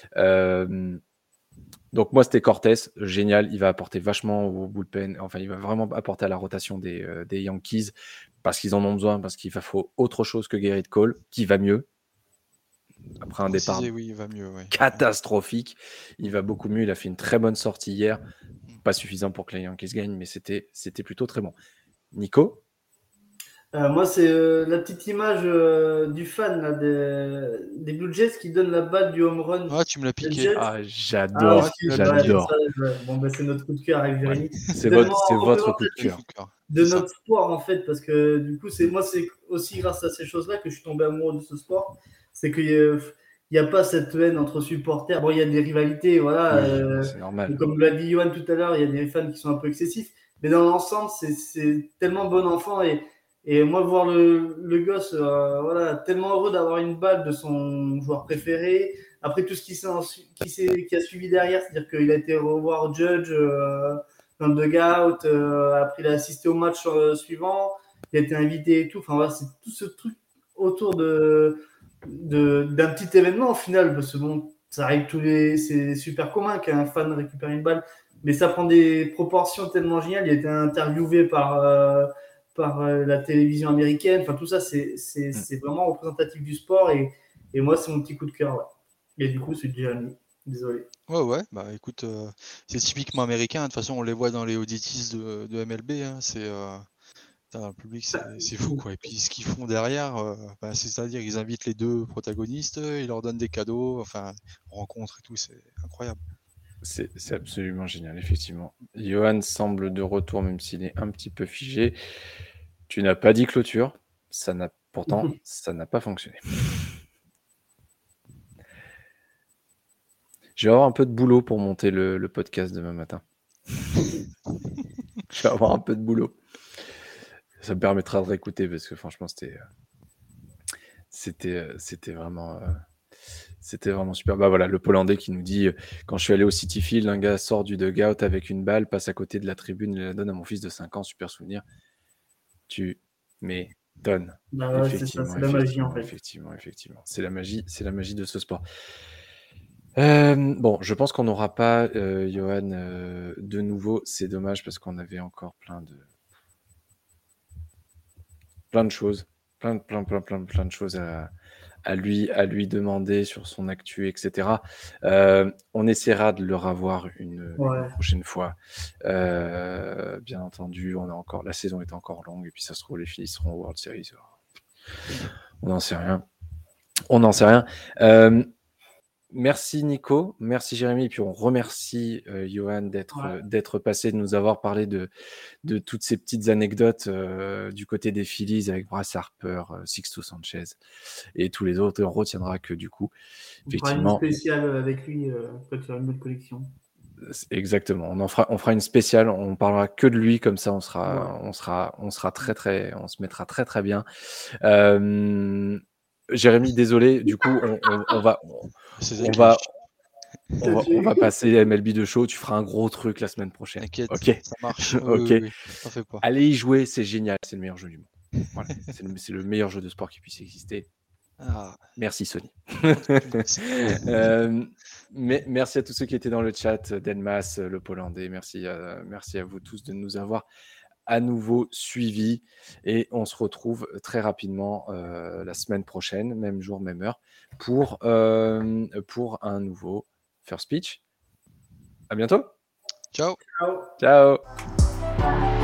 Euh, donc moi, c'était Cortés, génial. Il va apporter vachement au bullpen. Enfin, il va vraiment apporter à la rotation des, euh, des Yankees parce qu'ils en ont besoin, parce qu'il va faut autre chose que Gerrit Cole, qui va mieux. Après un départ Préciser, oui, il va mieux, ouais. catastrophique, il va beaucoup mieux. Il a fait une très bonne sortie hier. Pas suffisant pour que les Yankees gagnent, mais c'était, c'était plutôt très bon. Nico? Euh, moi, c'est euh, la petite image euh, du fan là, des, des Blue Jays qui donne la balle du home run. Ah, tu me l'as des piqué. Jets. Ah, Ah, j'adore, Ah, tu aussi, l'as ouais, piqué. j'adore. ça, ouais. Bon, ben, c'est notre coup de cœur avec Ouais. Jérémy. C'est Tellement votre, c'est votre coup de C'est le cœur. coup de cœur. de C'est ça. notre sport en fait, parce que du coup, c'est moi, c'est aussi grâce à ces choses-là que je suis tombé amoureux de ce sport. C'est qu'il n'y a, il y a pas cette haine entre supporters. Bon, il y a des rivalités, voilà. Oui, euh, c'est normal. comme l'a dit Johan tout à l'heure, il y a des fans qui sont un peu excessifs. Mais dans l'ensemble, c'est, c'est tellement bon enfant. Et, et moi, voir le, le gosse, euh, voilà, tellement heureux d'avoir une balle de son joueur préféré. Après tout ce qui, s'est, qui, s'est, qui a suivi derrière, c'est-à-dire qu'il a été revoir Judge. Euh, dans le dugout, euh, après il a assisté au match euh, suivant, il a été invité et tout. Enfin voilà, c'est tout ce truc autour de, de d'un petit événement au final, parce que bon, ça arrive tous les, c'est super commun qu'un fan récupère une balle, mais ça prend des proportions tellement géniales. Il a été interviewé par euh, par euh, la télévision américaine. Enfin tout ça, c'est c'est, c'est vraiment représentatif du sport et, et moi c'est mon petit coup de cœur. Ouais. Et du coup, c'est déjà mis. Désolé. Ouais, ouais, bah écoute, euh, c'est typiquement américain. De toute façon, on les voit dans les audities de, de M L B. Hein, c'est euh, le public, c'est, c'est fou, quoi. Et puis ce qu'ils font derrière, euh, bah, c'est-à-dire ils invitent les deux protagonistes, ils leur donnent des cadeaux, enfin, rencontres et tout, c'est incroyable. C'est, c'est absolument génial, effectivement. Johan semble de retour, même s'il est un petit peu figé. Tu n'as pas dit clôture. Ça n'a, pourtant, ça n'a pas fonctionné. Je vais avoir un peu de boulot pour monter le, le podcast demain matin. Je vais avoir un peu de boulot. Ça me permettra de réécouter parce que franchement, c'était, c'était, c'était vraiment, euh, c'était vraiment super. Bah voilà, le Pollandais qui nous dit quand je suis allé au City Field, un gars sort du dugout avec une balle, passe à côté de la tribune et la donne à mon fils de cinq ans. Super souvenir. Tu m'étonnes. Bah ouais, c'est ça, Effectivement, c'est la magie en effectivement, fait. effectivement, effectivement. C'est la magie, c'est la magie de ce sport. Euh, bon, je pense qu'on n'aura pas, euh, Johan, euh, de nouveau. C'est dommage parce qu'on avait encore plein de, plein de choses, plein, de- plein, plein, plein, plein de choses à, à lui, à lui demander sur son actu, et cetera. Euh, on essaiera de le revoir une, Ouais. une prochaine fois. Euh, bien entendu, on a encore, la saison est encore longue et puis ça se trouve les filles seront au World Series. On n'en sait rien. On n'en sait rien. Euh, Merci Nico, merci Jérémy, et puis on remercie euh, Johan d'être Ouais. euh, d'être passé, de nous avoir parlé de, de toutes ces petites anecdotes euh, du côté des Phillies avec Bryce Harper, euh, Sixto Sanchez et tous les autres. Et on retiendra que du coup, On fera une effectivement, spéciale avec lui euh, quand il y aura une autre collection. c'est- exactement, on en fera, on fera une spéciale, on parlera que de lui, comme ça on sera, Ouais. on sera, on sera très très, on se mettra très très bien. Euh, Jérémy, désolé, du coup, on, on- on va, on, C'est on Zach, va, on T'as va, on va tué. passer à M L B de show. Tu feras un gros truc la semaine prochaine. T'inquiète, Ok, ça marche. Oui, ok. oui, oui, t'en fais pas. Allez y jouer, c'est génial, c'est le meilleur jeu du monde. Voilà, c'est le, c'est le meilleur jeu de sport qui puisse exister. Ah, Merci Sony. quand tu le laisses. Euh, mais merci à tous ceux qui étaient dans le chat, Delmas, le Pollandais. Merci à, merci à vous tous de nous avoir à nouveau suivis. Et on se retrouve très rapidement euh, la semaine prochaine, même jour, même heure, pour, euh, pour un nouveau First Pitch. À bientôt. Ciao. Ciao. Ciao.